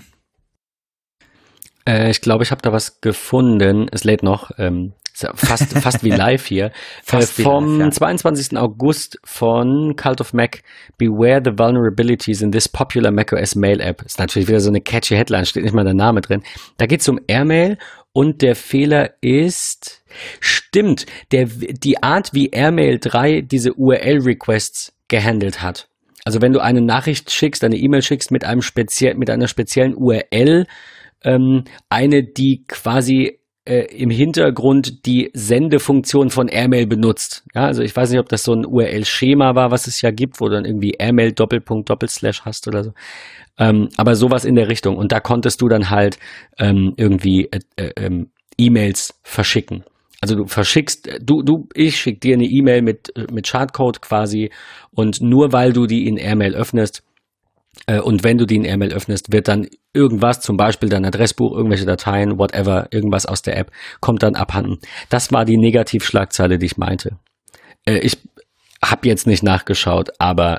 Ich glaube, ich habe da was gefunden. Es lädt noch. Fast wie live hier. Vom live, ja. 22. August von Cult of Mac. Beware the vulnerabilities in this popular macOS Mail App. Ist natürlich wieder so eine catchy Headline, steht nicht mal der Name drin. Da geht es um AirMail und der Fehler ist, stimmt, die Art, wie AirMail 3 diese URL-Requests gehandelt hat. Also wenn du eine Nachricht schickst, eine E-Mail schickst mit einer speziellen URL, eine, die quasi im Hintergrund die Sendefunktion von AirMail benutzt. Ja, also ich weiß nicht, ob das so ein URL-Schema war, was es ja gibt, wo du dann irgendwie AirMail Doppelpunkt Doppelslash hast oder so. Aber sowas in der Richtung. Und da konntest du dann halt irgendwie E-Mails verschicken. Also du verschickst, ich schicke dir eine E-Mail mit Schadcode quasi und nur weil du die in AirMail öffnest, und wenn du die in AirMail öffnest, wird dann irgendwas, zum Beispiel dein Adressbuch, irgendwelche Dateien, whatever, irgendwas aus der App, kommt dann abhanden. Das war die Negativschlagzeile, die ich meinte. Ich habe jetzt nicht nachgeschaut, aber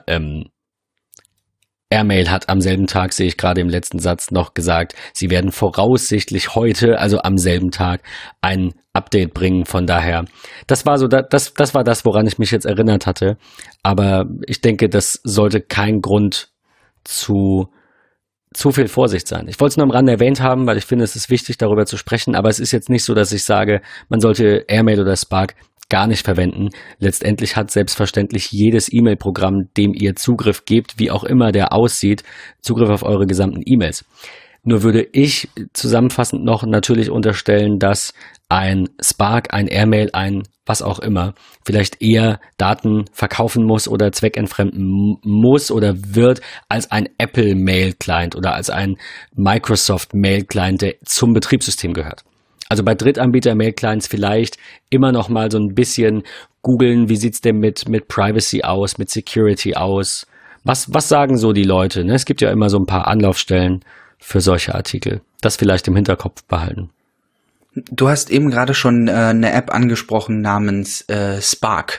AirMail hat am selben Tag, sehe ich gerade im letzten Satz, noch gesagt, sie werden voraussichtlich heute, also am selben Tag, ein Update bringen. Von daher, das war das, woran ich mich jetzt erinnert hatte. Aber ich denke, das sollte kein Grund zu viel Vorsicht sein. Ich wollte es nur am Rande erwähnt haben, weil ich finde, es ist wichtig, darüber zu sprechen, aber es ist jetzt nicht so, dass ich sage, man sollte AirMail oder Spark gar nicht verwenden. Letztendlich hat selbstverständlich jedes E-Mail-Programm, dem ihr Zugriff gebt, wie auch immer der aussieht, Zugriff auf eure gesamten E-Mails. Nur würde ich zusammenfassend noch natürlich unterstellen, dass ein Spark, ein AirMail, ein was auch immer, vielleicht eher Daten verkaufen muss oder zweckentfremden muss oder wird als ein Apple Mail Client oder als ein Microsoft Mail Client, der zum Betriebssystem gehört. Also bei Drittanbieter-Mail-Clients vielleicht immer noch mal so ein bisschen googeln, wie sieht's denn mit Privacy aus, mit Security aus? Was sagen so die Leute? Ne? Es gibt ja immer so ein paar Anlaufstellen für solche Artikel. Das vielleicht im Hinterkopf behalten. Du hast eben gerade schon eine App angesprochen namens Spark.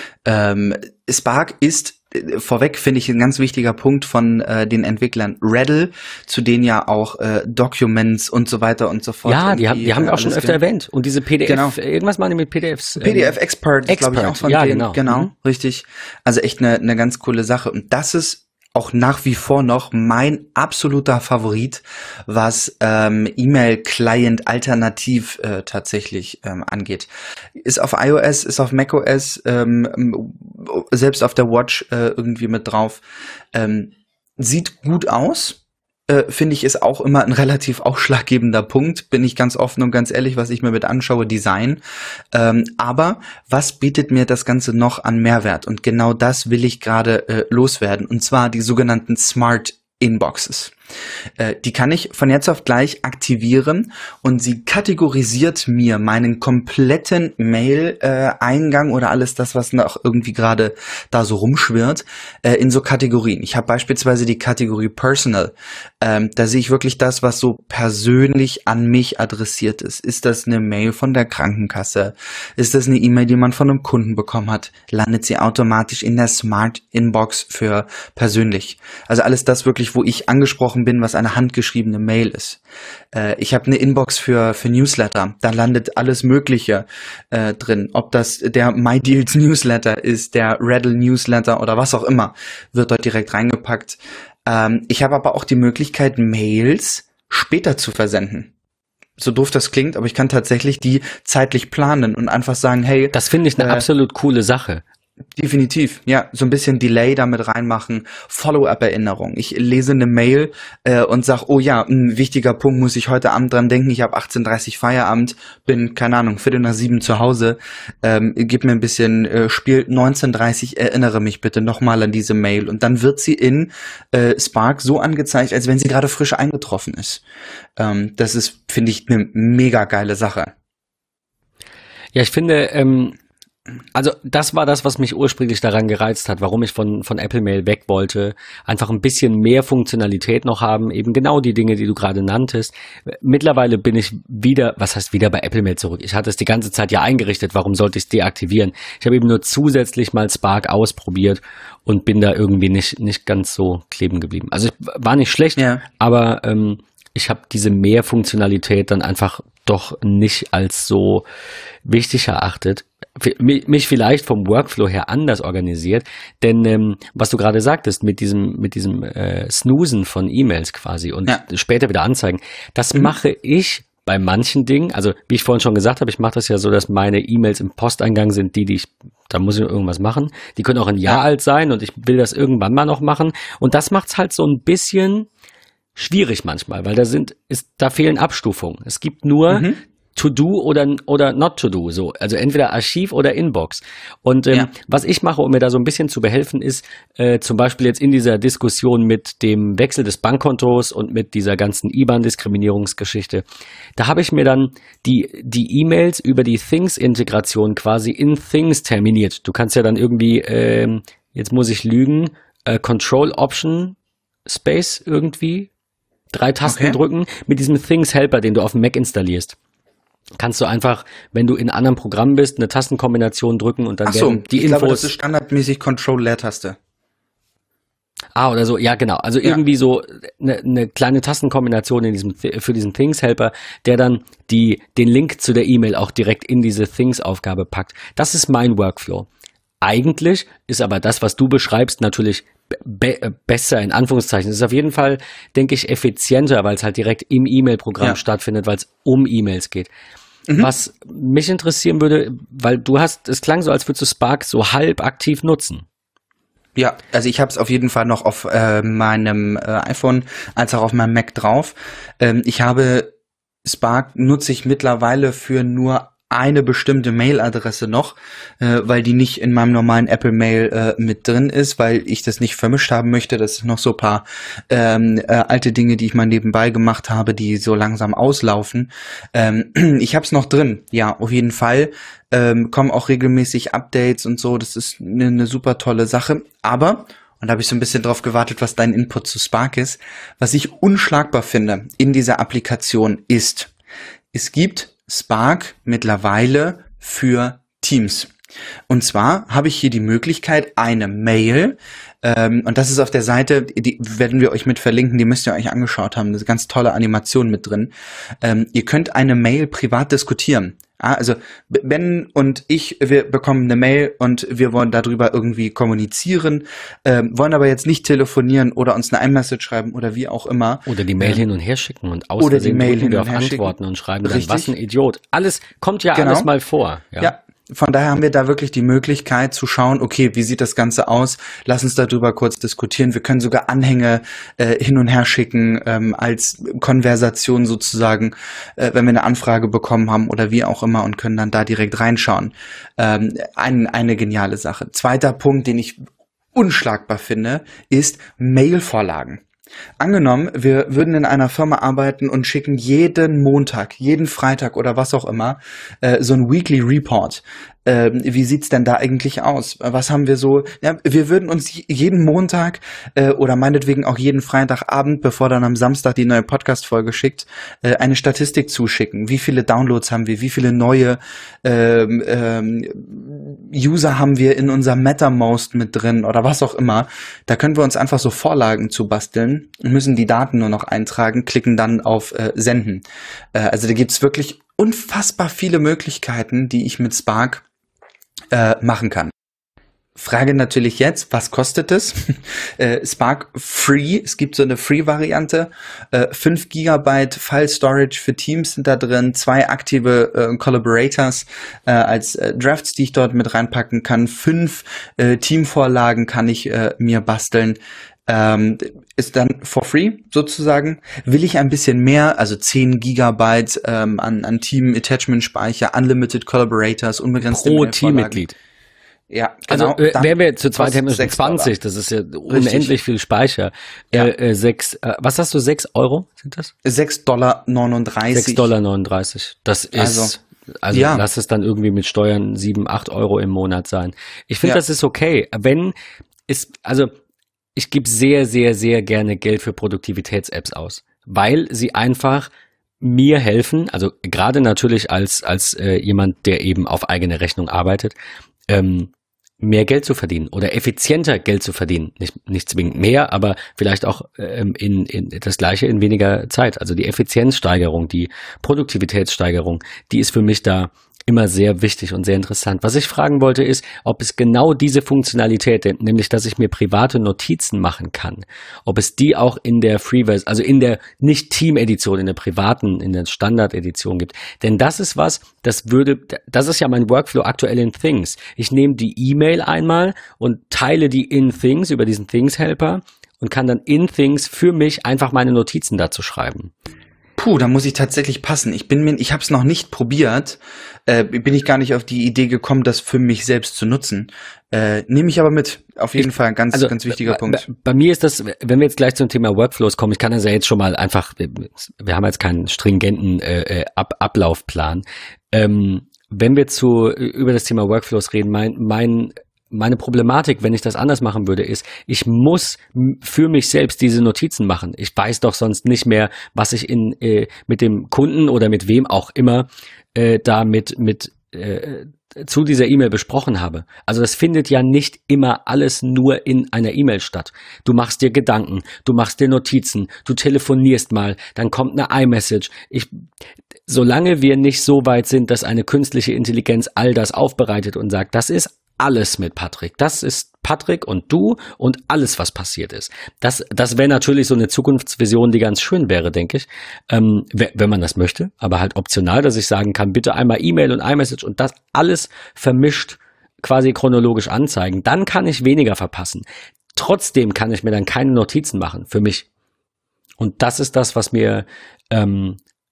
Spark ist vorweg, finde ich, ein ganz wichtiger Punkt von den Entwicklern Reddle, zu denen ja auch Documents und so weiter und so fort. Ja, die haben wir auch schon öfter erwähnt. Und diese PDF, genau. Irgendwas machen die mit PDFs. PDF Expert, glaube ich, auch von denen. Genau, richtig. Also echt eine ganz coole Sache. Und das ist auch nach wie vor noch mein absoluter Favorit, was E-Mail-Client alternativ tatsächlich angeht. Ist auf iOS, ist auf macOS, selbst auf der Watch irgendwie mit drauf. Sieht gut aus. Finde ich, ist auch immer ein relativ ausschlaggebender Punkt, bin ich ganz offen und ganz ehrlich, was ich mir mit anschaue, Design. Aber was bietet mir das Ganze noch an Mehrwert? Und genau das will ich gerade loswerden. Und zwar die sogenannten Smart Inboxes. Die kann ich von jetzt auf gleich aktivieren und sie kategorisiert mir meinen kompletten Mail-Eingang oder alles das, was noch irgendwie gerade da so rumschwirrt, in so Kategorien. Ich habe beispielsweise die Kategorie Personal. Da sehe ich wirklich das, was so persönlich an mich adressiert ist. Ist das eine Mail von der Krankenkasse? Ist das eine E-Mail, die man von einem Kunden bekommen hat? Landet sie automatisch in der Smart Inbox für persönlich? Also alles das wirklich, wo ich angesprochen bin, was eine handgeschriebene Mail ist. Ich habe eine Inbox für Newsletter. Da landet alles Mögliche drin. Ob das der MyDeals Newsletter ist, der Reddle Newsletter oder was auch immer, wird dort direkt reingepackt. Ich habe aber auch die Möglichkeit, Mails später zu versenden. So doof das klingt, aber ich kann tatsächlich die zeitlich planen und einfach sagen, hey. Das finde ich eine absolut coole Sache. Definitiv, ja, so ein bisschen Delay damit reinmachen, Follow-up-Erinnerung. Ich lese eine Mail und sag, oh ja, ein wichtiger Punkt, muss ich heute Abend dran denken, ich habe 18:30 Feierabend, bin, keine Ahnung, 6:45 zu Hause, gib mir ein bisschen Spiel, 19:30, erinnere mich bitte nochmal an diese Mail und dann wird sie in Spark so angezeigt, als wenn sie gerade frisch eingetroffen ist. Das ist, finde ich, eine mega geile Sache. Ja, ich finde, also das war das, was mich ursprünglich daran gereizt hat, warum ich von Apple Mail weg wollte. Einfach ein bisschen mehr Funktionalität noch haben, eben genau die Dinge, die du gerade nanntest. Mittlerweile bin ich wieder, was heißt wieder bei Apple Mail zurück? Ich hatte es die ganze Zeit ja eingerichtet, warum sollte ich es deaktivieren? Ich habe eben nur zusätzlich mal Spark ausprobiert und bin da irgendwie nicht ganz so kleben geblieben. Also war nicht schlecht, ja. Aber ich habe diese Mehrfunktionalität dann einfach doch nicht als so wichtig erachtet. Mich vielleicht vom Workflow her anders organisiert, denn was du gerade sagtest mit diesem Snoozen von E-Mails quasi und später wieder anzeigen, das mache ich bei manchen Dingen, also wie ich vorhin schon gesagt habe, ich mache das ja so, dass meine E-Mails im Posteingang sind, da muss ich irgendwas machen, die können auch ein Jahr alt sein und ich will das irgendwann mal noch machen und das macht's halt so ein bisschen schwierig manchmal, weil da fehlen Abstufungen. Es gibt nur To-Do oder not to do, so. Also entweder Archiv oder Inbox. Und was ich mache, um mir da so ein bisschen zu behelfen, ist zum Beispiel jetzt in dieser Diskussion mit dem Wechsel des Bankkontos und mit dieser ganzen IBAN-Diskriminierungsgeschichte, da habe ich mir dann die E-Mails über die Things-Integration quasi in Things terminiert. Du kannst ja dann irgendwie, jetzt muss ich lügen, Control-Option Space irgendwie 3 Tasten drücken mit diesem Things-Helper, den du auf dem Mac installierst. Kannst du einfach, wenn du in einem anderen Programm bist, eine Tastenkombination drücken und dann werden die Infos. Ich glaube, das ist standardmäßig Control-Leertaste. Oder so, ja genau. Also irgendwie so eine kleine Tastenkombination für diesen Things-Helper, der dann den Link zu der E-Mail auch direkt in diese Things-Aufgabe packt. Das ist mein Workflow. Eigentlich ist aber das, was du beschreibst, natürlich besser in Anführungszeichen. Es ist auf jeden Fall, denke ich, effizienter, weil es halt direkt im E-Mail-Programm stattfindet, weil es um E-Mails geht. Was mich interessieren würde, weil es klang so, als würdest du Spark so halb aktiv nutzen. Ja, also ich habe es auf jeden Fall noch auf meinem iPhone als auch auf meinem Mac drauf. Ich habe Spark nutze ich mittlerweile für nur eine bestimmte Mailadresse noch, weil die nicht in meinem normalen Apple-Mail mit drin ist, weil ich das nicht vermischt haben möchte. Das sind noch so ein paar alte Dinge, die ich mal nebenbei gemacht habe, die so langsam auslaufen. Ich habe es noch drin, ja, auf jeden Fall. Kommen auch regelmäßig Updates und so. Das ist eine super tolle Sache. Aber, und da habe ich so ein bisschen drauf gewartet, was dein Input zu Spark ist, was ich unschlagbar finde in dieser Applikation ist, es gibt Spark mittlerweile für Teams. Und zwar habe ich hier die Möglichkeit, eine Mail, und das ist auf der Seite, die werden wir euch mit verlinken, die müsst ihr euch angeschaut haben, das ist eine ganz tolle Animation mit drin. Ihr könnt eine Mail privat diskutieren. Also Ben und ich, wir bekommen eine Mail und wir wollen darüber irgendwie kommunizieren, wollen aber jetzt nicht telefonieren oder uns eine iMessage schreiben oder wie auch immer. Oder die Mail hin und her schicken und aus Versehen drücken wir auf Antworten und schreiben dann, was ein Idiot. Alles kommt ja alles mal vor. Ja. Von daher haben wir da wirklich die Möglichkeit zu schauen, okay, wie sieht das Ganze aus? Lass uns darüber kurz diskutieren. Wir können sogar Anhänge hin und her schicken als Konversation sozusagen, wenn wir eine Anfrage bekommen haben oder wie auch immer und können dann da direkt reinschauen. Eine geniale Sache. Zweiter Punkt, den ich unschlagbar finde, ist Mailvorlagen. Angenommen, wir würden in einer Firma arbeiten und schicken jeden Montag, jeden Freitag oder was auch immer so ein Weekly Report. Wie sieht's denn da eigentlich aus? Was haben wir so? Ja, wir würden uns jeden Montag oder meinetwegen auch jeden Freitagabend, bevor dann am Samstag die neue Podcast-Folge schickt, eine Statistik zuschicken. Wie viele Downloads haben wir? Wie viele neue User haben wir in unserem MetaMost mit drin oder was auch immer? Da können wir uns einfach so Vorlagen zu basteln und müssen die Daten nur noch eintragen, klicken dann auf Senden. Also da gibt's wirklich unfassbar viele Möglichkeiten, die ich mit Spark machen kann. Frage natürlich jetzt, was kostet es? Spark Free, es gibt so eine Free-Variante, 5 GB File Storage für Teams sind da drin, 2 aktive Collaborators als Drafts, die ich dort mit reinpacken kann, 5 Teamvorlagen kann ich mir basteln. Ist dann for free sozusagen. Will ich ein bisschen mehr, also 10 Gigabyte an Team-Attachment-Speicher, Unlimited Collaborators, unbegrenzte pro Teammitglied. Ja, genau. Also wären wir zu zweit hätten wir schon 20, das ist ja unendlich viel Speicher. Ja. Was hast du, 6 Euro sind das? $6,39. $6,39. Das ist, also ja. Lass es dann irgendwie mit Steuern 7, 8 Euro im Monat sein. Ich finde, das ist okay. Ich gebe sehr, sehr, sehr gerne Geld für Produktivitäts-Apps aus, weil sie einfach mir helfen, also gerade natürlich als jemand, der eben auf eigene Rechnung arbeitet, mehr Geld zu verdienen oder effizienter Geld zu verdienen. Nicht zwingend mehr, aber vielleicht auch in das Gleiche in weniger Zeit. Also die Effizienzsteigerung, die Produktivitätssteigerung, die ist für mich da immer sehr wichtig und sehr interessant. Was ich fragen wollte ist, ob es genau diese Funktionalität, nämlich dass ich mir private Notizen machen kann, ob es die auch in der Freeverse, also in der nicht Team-Edition, in der privaten, in der Standard-Edition gibt. Denn das ist was, das ist ja mein Workflow aktuell in Things. Ich nehme die E-Mail einmal und teile die in Things über diesen Things-Helper und kann dann in Things für mich einfach meine Notizen dazu schreiben. Puh, da muss ich tatsächlich passen. Ich habe es noch nicht probiert, bin ich gar nicht auf die Idee gekommen, das für mich selbst zu nutzen. Nehme ich aber mit. Auf jeden Fall, ganz wichtiger Punkt. Bei mir ist das, wenn wir jetzt gleich zum Thema Workflows kommen, ich kann das ja jetzt schon mal einfach, wir haben jetzt keinen stringenten Ablaufplan. Wenn wir über das Thema Workflows reden, meine Problematik, wenn ich das anders machen würde, ist, ich muss für mich selbst diese Notizen machen. Ich weiß doch sonst nicht mehr, was ich mit dem Kunden oder mit wem auch immer zu dieser E-Mail besprochen habe. Also das findet ja nicht immer alles nur in einer E-Mail statt. Du machst dir Gedanken, du machst dir Notizen, du telefonierst mal, dann kommt eine iMessage. Solange wir nicht so weit sind, dass eine künstliche Intelligenz all das aufbereitet und sagt, das ist alles mit Patrick. Das ist Patrick und du und alles, was passiert ist. Das wäre natürlich so eine Zukunftsvision, die ganz schön wäre, denke ich, wenn man das möchte, aber halt optional, dass ich sagen kann, bitte einmal E-Mail und iMessage und das alles vermischt quasi chronologisch anzeigen. Dann kann ich weniger verpassen. Trotzdem kann ich mir dann keine Notizen machen für mich. Und das ist das, was mir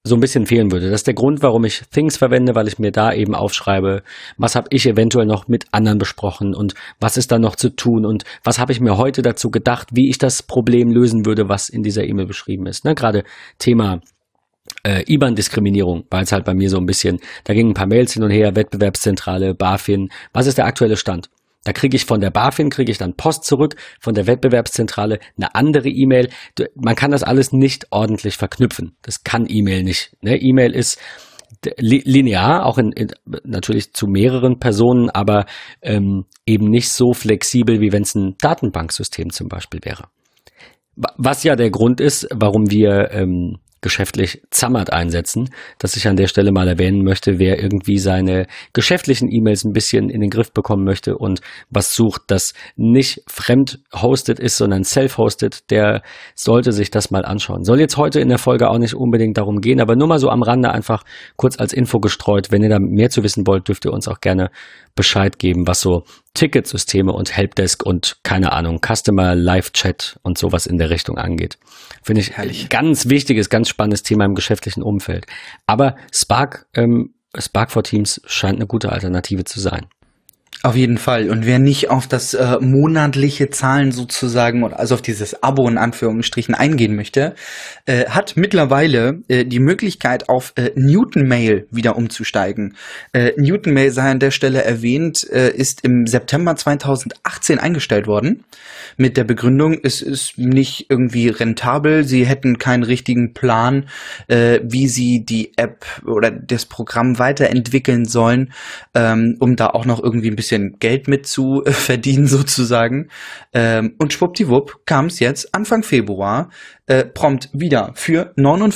so ein bisschen fehlen würde. Das ist der Grund, warum ich Things verwende, weil ich mir da eben aufschreibe, was habe ich eventuell noch mit anderen besprochen und was ist da noch zu tun und was habe ich mir heute dazu gedacht, wie ich das Problem lösen würde, was in dieser E-Mail beschrieben ist. Ne? Gerade Thema IBAN-Diskriminierung war jetzt halt bei mir so ein bisschen, da gingen ein paar Mails hin und her, Wettbewerbszentrale, BaFin, was ist der aktuelle Stand? Da kriege ich von der BaFin, dann Post zurück, von der Wettbewerbszentrale eine andere E-Mail. Man kann das alles nicht ordentlich verknüpfen. Das kann E-Mail nicht. Ne? E-Mail ist linear, auch natürlich zu mehreren Personen, aber eben nicht so flexibel, wie wenn es ein Datenbanksystem zum Beispiel wäre. Was ja der Grund ist, warum wir geschäftlich Zammert einsetzen, dass ich an der Stelle mal erwähnen möchte, wer irgendwie seine geschäftlichen E-Mails ein bisschen in den Griff bekommen möchte und was sucht, das nicht fremd-hosted ist, sondern self-hosted, der sollte sich das mal anschauen. Soll jetzt heute in der Folge auch nicht unbedingt darum gehen, aber nur mal so am Rande einfach kurz als Info gestreut. Wenn ihr da mehr zu wissen wollt, dürft ihr uns auch gerne Bescheid geben, was so Ticketsysteme und Helpdesk und keine Ahnung, Customer Live Chat und sowas in der Richtung angeht. Finde ich herrlich. Ganz wichtiges, ganz spannendes Thema im geschäftlichen Umfeld. Aber Spark for Teams scheint eine gute Alternative zu sein. Auf jeden Fall. Und wer nicht auf das monatliche Zahlen sozusagen, also auf dieses Abo in Anführungsstrichen eingehen möchte, hat mittlerweile die Möglichkeit auf Newton Mail wieder umzusteigen. Newton Mail, sei an der Stelle erwähnt, ist im September 2018 eingestellt worden. Mit der Begründung, es ist nicht irgendwie rentabel. Sie hätten keinen richtigen Plan, wie sie die App oder das Programm weiterentwickeln sollen, um da auch noch irgendwie ein bisschen Geld mit zu verdienen sozusagen. Und schwuppdiwupp kam es jetzt Anfang Februar prompt wieder für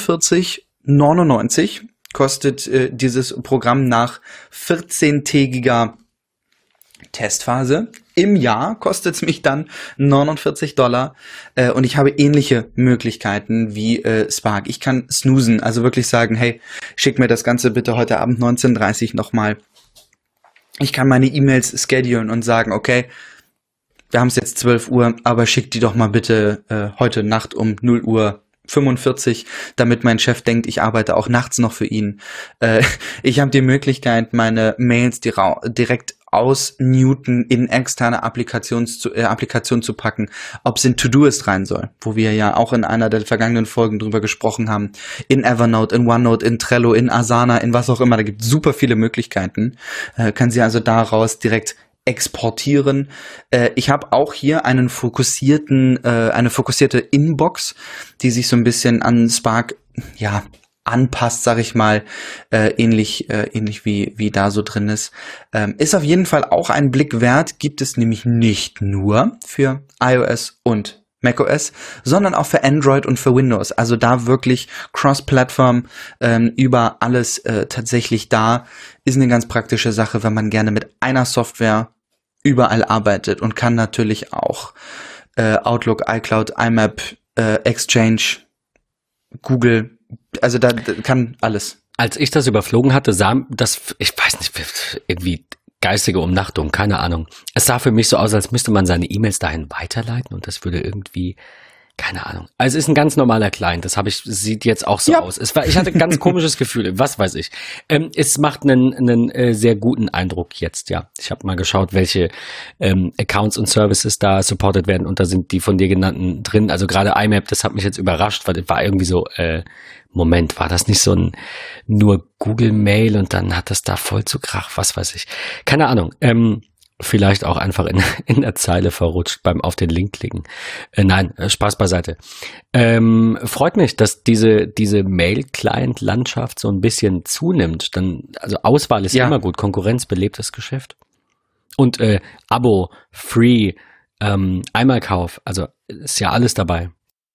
49,99 kostet dieses Programm nach 14-tägiger Testphase. Im Jahr kostet es mich dann $49 und ich habe ähnliche Möglichkeiten wie Spark. Ich kann snoozen, also wirklich sagen, hey, schick mir das Ganze bitte heute Abend 19:30 nochmal. Ich kann meine E-Mails schedulen und sagen, okay, wir haben es jetzt 12 Uhr, aber schick die doch mal bitte heute Nacht um 0:45 Uhr, damit mein Chef denkt, ich arbeite auch nachts noch für ihn. Ich habe die Möglichkeit, meine Mails direkt aus Newton in externe Applikationen zu packen, ob es in To-Doist rein soll, wo wir ja auch in einer der vergangenen Folgen drüber gesprochen haben, in Evernote, in OneNote, in Trello, in Asana, in was auch immer, da gibt es super viele Möglichkeiten, kann sie also daraus direkt exportieren. Ich habe auch hier eine fokussierte Inbox, die sich so ein bisschen an Spark, ja, anpasst, sag ich mal, ähnlich wie da so drin ist. Ist auf jeden Fall auch ein Blick wert, gibt es nämlich nicht nur für iOS und macOS, sondern auch für Android und für Windows. Also da wirklich Cross-Plattform über alles tatsächlich da. Ist eine ganz praktische Sache, wenn man gerne mit einer Software überall arbeitet und kann natürlich auch Outlook, iCloud, IMAP, Exchange, Google, also da kann alles. Als ich das überflogen hatte, sah das, ich weiß nicht, irgendwie geistige Umnachtung, keine Ahnung. Es sah für mich so aus, als müsste man seine E-Mails dahin weiterleiten und das würde irgendwie, keine Ahnung. Also es ist ein ganz normaler Client, sieht jetzt auch so aus. Ich hatte ein ganz komisches Gefühl, was weiß ich. Es macht einen sehr guten Eindruck jetzt, ja. Ich habe mal geschaut, welche Accounts und Services da supported werden und da sind die von dir genannten drin. Also gerade IMAP, das hat mich jetzt überrascht, weil das war irgendwie so, Moment, war das nicht so ein nur Google Mail und dann hat das da voll zu Krach, was weiß ich. Keine Ahnung. Vielleicht auch einfach in der Zeile verrutscht beim auf den Link klicken. Nein, Spaß beiseite. Freut mich, dass diese Mail-Client-Landschaft so ein bisschen zunimmt. Also Auswahl ist immer gut, Konkurrenz belebt das Geschäft. Und Abo, Free, Einmalkauf, also ist ja alles dabei.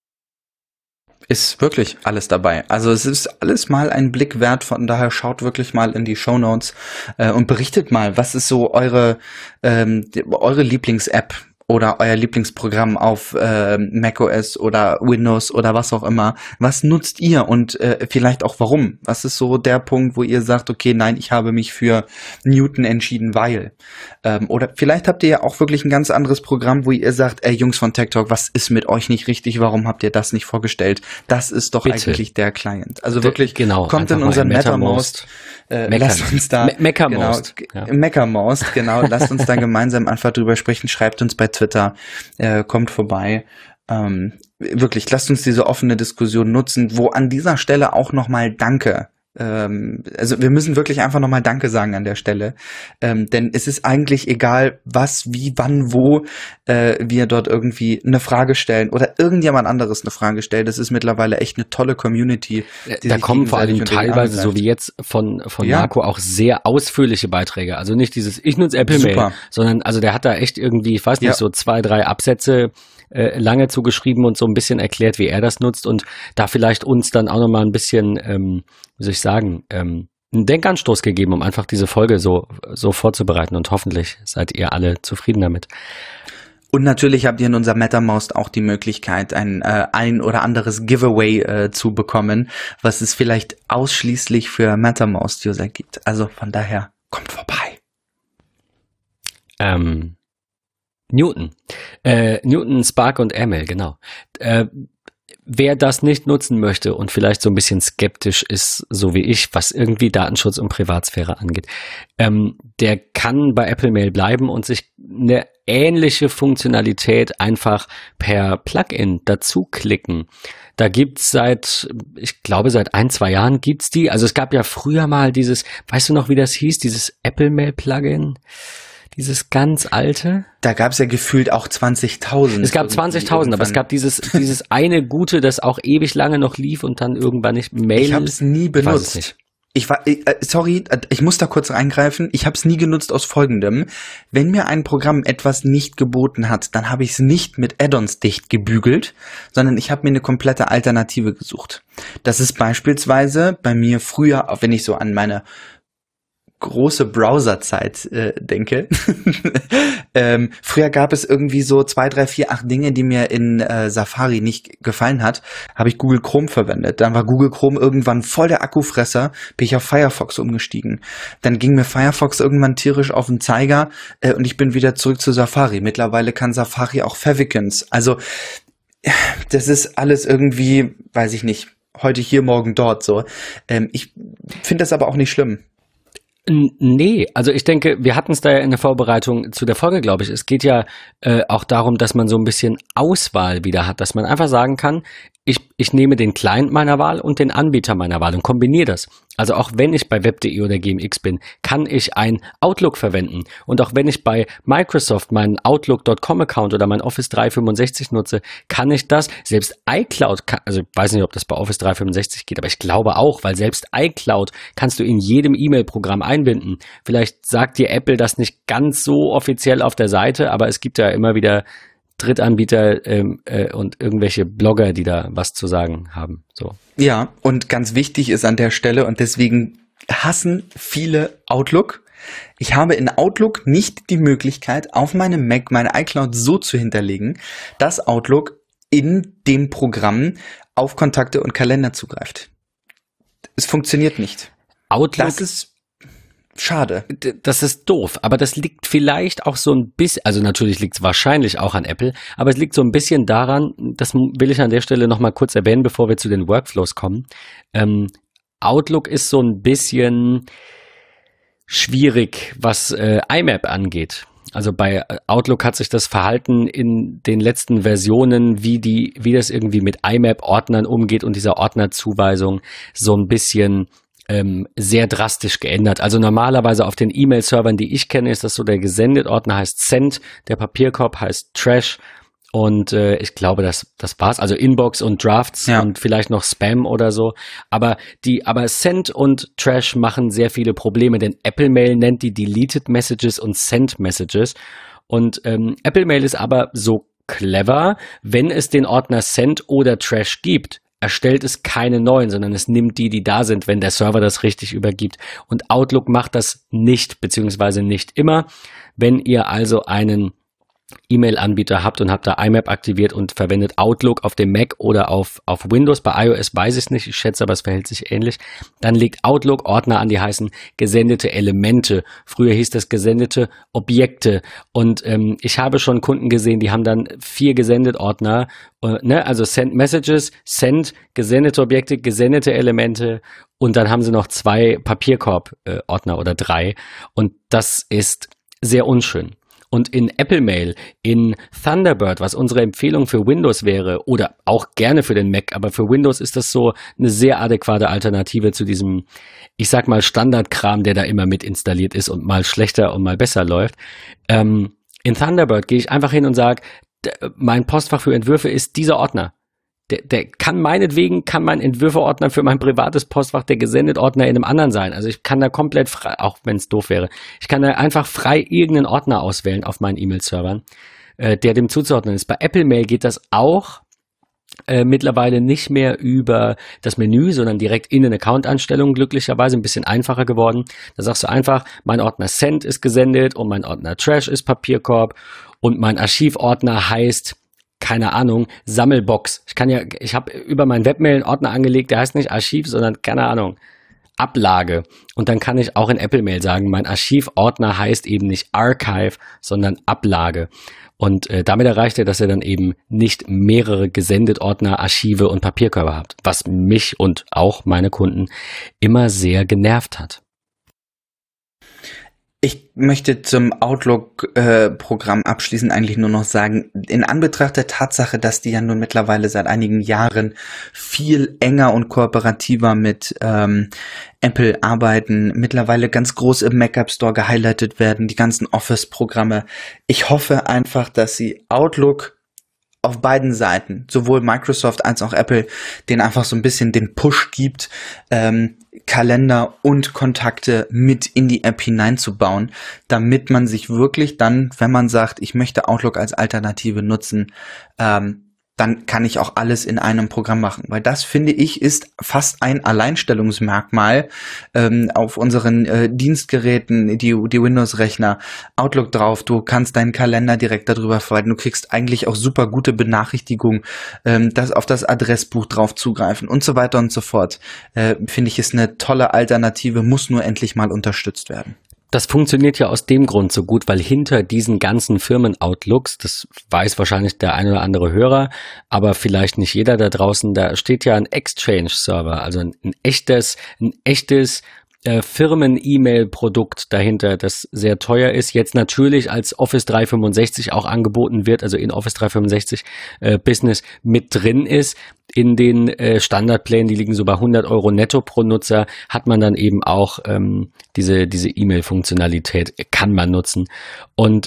Ist wirklich alles dabei. Also es ist alles mal ein Blick wert, von daher schaut wirklich mal in die Shownotes und berichtet mal, was ist so eure Lieblings-App oder euer Lieblingsprogramm auf macOS oder Windows oder was auch immer. Was nutzt ihr und vielleicht auch warum? Was ist so der Punkt, wo ihr sagt, okay, nein, ich habe mich für Newton entschieden, weil? Oder vielleicht habt ihr ja auch wirklich ein ganz anderes Programm, wo ihr sagt, ey Jungs von Tech Talk, was ist mit euch nicht richtig? Warum habt ihr das nicht vorgestellt? Das ist doch Bitte. eigentlich der Client. Also wirklich, genau, kommt in unseren MetaMost. Lasst uns da MackerMost. MackerMost, genau. Lasst uns da gemeinsam einfach drüber sprechen. Schreibt uns bei Twitter, kommt vorbei. Wirklich, lasst uns diese offene Diskussion nutzen, wo an dieser Stelle auch nochmal Danke. Also wir müssen wirklich einfach nochmal Danke sagen an der Stelle, denn es ist eigentlich egal, was, wie, wann, wo wir dort irgendwie eine Frage stellen oder irgendjemand anderes eine Frage stellt. Das ist mittlerweile echt eine tolle Community. Da kommen vor allem teilweise, so wie jetzt von Marco, auch sehr ausführliche Beiträge. Also nicht dieses, ich nutze Apple Mail, sondern also der hat da echt irgendwie, ich weiß nicht, so 2, 3 Absätze lange zugeschrieben und so ein bisschen erklärt, wie er das nutzt und da vielleicht uns dann auch nochmal ein bisschen, wie soll ich sagen, einen Denkanstoß gegeben, um einfach diese Folge so vorzubereiten und hoffentlich seid ihr alle zufrieden damit. Und natürlich habt ihr in unserer MetaMost auch die Möglichkeit, ein oder anderes Giveaway zu bekommen, was es vielleicht ausschließlich für MetaMost-User gibt. Also von daher, kommt vorbei. Newton, Spark und ML, genau. Wer das nicht nutzen möchte und vielleicht so ein bisschen skeptisch ist, so wie ich, was irgendwie Datenschutz und Privatsphäre angeht, der kann bei Apple Mail bleiben und sich eine ähnliche Funktionalität einfach per Plugin dazu klicken. Da gibt's seit 1, 2 Jahren gibt's die. Also es gab ja früher mal dieses, weißt du noch, wie das hieß, dieses Apple Mail Plugin? Dieses ganz alte? Da gab es ja gefühlt auch 20.000. Es gab 20.000, aber es gab dieses eine gute, das auch ewig lange noch lief und dann irgendwann nicht. Mail. Ich habe es nie benutzt. Sorry, ich muss da kurz reingreifen. Ich habe es nie genutzt aus Folgendem. Wenn mir ein Programm etwas nicht geboten hat, dann habe ich es nicht mit Add-ons dicht gebügelt, sondern ich habe mir eine komplette Alternative gesucht. Das ist beispielsweise bei mir früher, wenn ich so an meine große Browserzeit denke. Früher gab es irgendwie so 2, 3, 4, 8 Dinge, die mir in Safari nicht gefallen hat, habe ich Google Chrome verwendet. Dann war Google Chrome irgendwann voll der Akkufresser, bin ich auf Firefox umgestiegen. Dann ging mir Firefox irgendwann tierisch auf den Zeiger und ich bin wieder zurück zu Safari. Mittlerweile kann Safari auch Favicons. Also das ist alles irgendwie, weiß ich nicht, heute hier, morgen dort so. Ich finde das aber auch nicht schlimm. Nee, also ich denke, wir hatten es da ja in der Vorbereitung zu der Folge, glaube ich. Es geht ja auch darum, dass man so ein bisschen Auswahl wieder hat, dass man einfach sagen kann, ich nehme den Client meiner Wahl und den Anbieter meiner Wahl und kombiniere das. Also auch wenn ich bei web.de oder GMX bin, kann ich ein Outlook verwenden. Und auch wenn ich bei Microsoft meinen Outlook.com-Account oder mein Office 365 nutze, kann ich das. Selbst iCloud, also ich weiß nicht, ob das bei Office 365 geht, aber ich glaube auch, weil selbst iCloud kannst du in jedem E-Mail-Programm einbinden. Vielleicht sagt dir Apple das nicht ganz so offiziell auf der Seite, aber es gibt ja immer wieder Drittanbieter und irgendwelche Blogger, die da was zu sagen haben. So. Ja, und ganz wichtig ist an der Stelle, und deswegen hassen viele Outlook. Ich habe in Outlook nicht die Möglichkeit, auf meinem Mac meine iCloud so zu hinterlegen, dass Outlook in dem Programm auf Kontakte und Kalender zugreift. Es funktioniert nicht. Outlook, das ist schade. Das ist doof, aber das liegt vielleicht auch so ein bisschen, also natürlich liegt es wahrscheinlich auch an Apple, aber es liegt so ein bisschen daran, das will ich an der Stelle nochmal kurz erwähnen, bevor wir zu den Workflows kommen. Outlook ist so ein bisschen schwierig, was IMAP angeht. Also bei Outlook hat sich das Verhalten in den letzten Versionen, wie das irgendwie mit IMAP-Ordnern umgeht und dieser Ordnerzuweisung so ein bisschen sehr drastisch geändert. Also normalerweise auf den E-Mail-Servern, die ich kenne, ist das so, der Gesendet-Ordner heißt Send, der Papierkorb heißt Trash und ich glaube, das war's. Also Inbox und Drafts und vielleicht noch Spam oder so. Aber Send und Trash machen sehr viele Probleme, denn Apple Mail nennt die Deleted Messages und Send Messages. Und Apple Mail ist aber so clever, wenn es den Ordner Send oder Trash gibt, erstellt es keine neuen, sondern es nimmt die da sind, wenn der Server das richtig übergibt. Und Outlook macht das nicht, beziehungsweise nicht immer. Wenn ihr also einen E-Mail-Anbieter habt und habt da IMAP aktiviert und verwendet Outlook auf dem Mac oder auf Windows. Bei iOS weiß ich es nicht, ich schätze, aber es verhält sich ähnlich. Dann legt Outlook Ordner an, die heißen gesendete Elemente. Früher hieß das gesendete Objekte. Und ich habe schon Kunden gesehen, die haben dann 4 Gesendet-Ordner, also Send Messages, Send, gesendete Objekte, gesendete Elemente und dann haben sie noch 2 Papierkorb-Ordner oder 3. Und das ist sehr unschön. Und in Apple Mail, in Thunderbird, was unsere Empfehlung für Windows wäre, oder auch gerne für den Mac, aber für Windows ist das so eine sehr adäquate Alternative zu diesem, ich sag mal, Standardkram, der da immer mit installiert ist und mal schlechter und mal besser läuft. In Thunderbird gehe ich einfach hin und sage, mein Postfach für Entwürfe ist dieser Ordner. Der kann meinetwegen, kann mein Entwürfe-Ordner für mein privates Postfach der Gesendet-Ordner in einem anderen sein. Also ich kann da komplett frei, auch wenn es doof wäre, ich kann da einfach frei irgendeinen Ordner auswählen auf meinen E-Mail-Servern, der dem zuzuordnen ist. Bei Apple Mail geht das auch mittlerweile nicht mehr über das Menü, sondern direkt in den Account-Einstellungen, glücklicherweise ein bisschen einfacher geworden. Da sagst du einfach, mein Ordner Send ist gesendet und mein Ordner Trash ist Papierkorb und mein Archivordner heißt, keine Ahnung, Sammelbox. Ich habe über meinen Webmail einen Ordner angelegt, der heißt nicht Archiv, sondern, keine Ahnung, Ablage. Und dann kann ich auch in Apple Mail sagen, mein Archivordner heißt eben nicht Archive, sondern Ablage. Und damit erreicht er, dass ihr dann eben nicht mehrere Gesendet-Ordner, Archive und Papierkörper habt, was mich und auch meine Kunden immer sehr genervt hat. Ich möchte zum Outlook-Programm abschließend eigentlich nur noch sagen, in Anbetracht der Tatsache, dass die ja nun mittlerweile seit einigen Jahren viel enger und kooperativer mit Apple arbeiten, mittlerweile ganz groß im Mac App Store gehighlightet werden, die ganzen Office-Programme. Ich hoffe einfach, dass sie Outlook auf beiden Seiten, sowohl Microsoft als auch Apple, denen einfach so ein bisschen den Push gibt, Kalender und Kontakte mit in die App hineinzubauen, damit man sich wirklich dann, wenn man sagt, ich möchte Outlook als Alternative nutzen, dann kann ich auch alles in einem Programm machen. Weil das, finde ich, ist fast ein Alleinstellungsmerkmal auf unseren Dienstgeräten, die Windows-Rechner, Outlook drauf. Du kannst deinen Kalender direkt darüber verwalten. Du kriegst eigentlich auch super gute Benachrichtigungen, auf das Adressbuch drauf zugreifen und so weiter und so fort. Finde ich, ist eine tolle Alternative, muss nur endlich mal unterstützt werden. Das funktioniert ja aus dem Grund so gut, weil hinter diesen ganzen Firmen-Outlooks, das weiß wahrscheinlich der ein oder andere Hörer, aber vielleicht nicht jeder da draußen, da steht ja ein Exchange-Server, also ein echtes Firmen-E-Mail-Produkt dahinter, das sehr teuer ist, jetzt natürlich als Office 365 auch angeboten wird, also in Office 365 Business mit drin ist. In den Standardplänen, die liegen so bei 100 Euro netto pro Nutzer, hat man dann eben auch diese E-Mail-Funktionalität, kann man nutzen. Und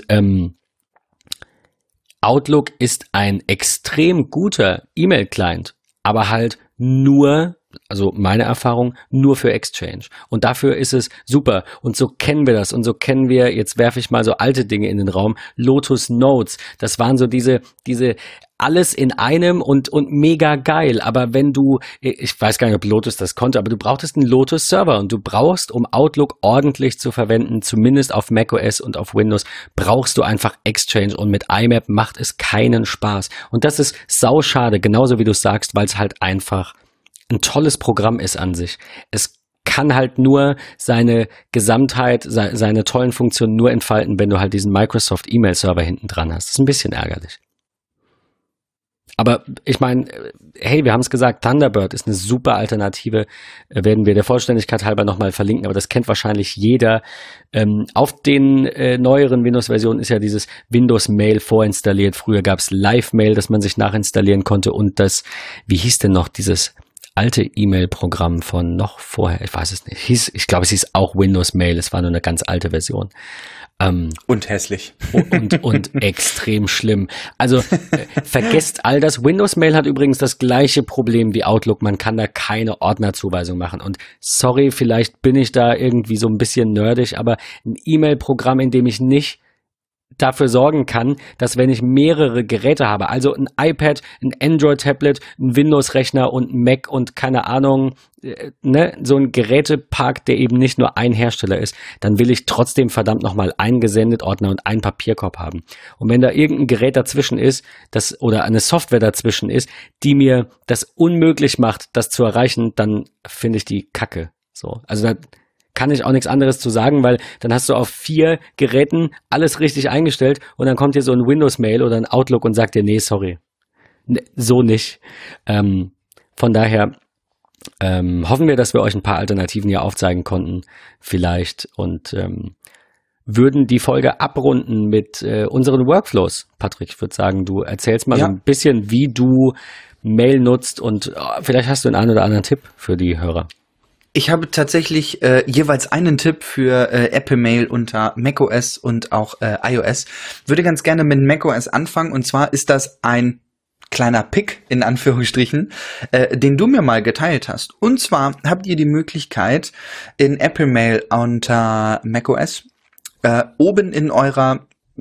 Outlook ist ein extrem guter E-Mail-Client, aber halt nur, also meine Erfahrung, nur für Exchange. Und dafür ist es super. Und so kennen wir das. Und so kennen wir, jetzt werfe ich mal so alte Dinge in den Raum, Lotus Notes. Das waren so diese alles in einem und mega geil. Aber wenn du, ich weiß gar nicht, ob Lotus das konnte, aber du brauchtest einen Lotus-Server und du brauchst, um Outlook ordentlich zu verwenden, zumindest auf macOS und auf Windows, brauchst du einfach Exchange und mit IMAP macht es keinen Spaß. Und das ist sauschade, genauso wie du sagst, weil es halt einfach ein tolles Programm ist an sich. Es kann halt nur seine Gesamtheit, seine tollen Funktionen nur entfalten, wenn du halt diesen Microsoft E-Mail-Server hinten dran hast. Das ist ein bisschen ärgerlich. Aber ich meine, hey, wir haben es gesagt, Thunderbird ist eine super Alternative, werden wir der Vollständigkeit halber nochmal verlinken, aber das kennt wahrscheinlich jeder. Auf den neueren Windows-Versionen ist ja dieses Windows Mail vorinstalliert. Früher gab es Live Mail, das man sich nachinstallieren konnte und das, wie hieß denn noch dieses alte E-Mail-Programm von noch vorher, ich weiß es nicht, ich glaube, es hieß auch Windows Mail, es war nur eine ganz alte Version. Und hässlich. Und extrem schlimm. Also vergesst all das. Windows Mail hat übrigens das gleiche Problem wie Outlook. Man kann da keine Ordnerzuweisung machen. Und sorry, vielleicht bin ich da irgendwie so ein bisschen nerdig, aber ein E-Mail-Programm, in dem ich nicht dafür sorgen kann, dass wenn ich mehrere Geräte habe, also ein iPad, ein Android-Tablet, ein Windows-Rechner und ein Mac und keine Ahnung, so ein Gerätepark, der eben nicht nur ein Hersteller ist, dann will ich trotzdem verdammt nochmal einen Gesendet-Ordner und einen Papierkorb haben. Und wenn da irgendein Gerät dazwischen ist, oder eine Software dazwischen ist, die mir das unmöglich macht, das zu erreichen, dann finde ich die Kacke. So, also da kann ich auch nichts anderes zu sagen, weil dann hast du auf 4 Geräten alles richtig eingestellt und dann kommt dir so ein Windows-Mail oder ein Outlook und sagt dir, nee, sorry, so nicht. Von daher hoffen wir, dass wir euch ein paar Alternativen hier aufzeigen konnten, vielleicht, und würden die Folge abrunden mit unseren Workflows. Patrick, ich würde sagen, du erzählst mal so ein bisschen, wie du Mail nutzt und vielleicht hast du einen oder anderen Tipp für die Hörer. Ich habe tatsächlich jeweils einen Tipp für Apple Mail unter macOS und auch iOS. Würde ganz gerne mit macOS anfangen, und zwar ist das ein kleiner Pick, in Anführungsstrichen, den du mir mal geteilt hast. Und zwar habt ihr die Möglichkeit, in Apple Mail unter macOS oben in eurer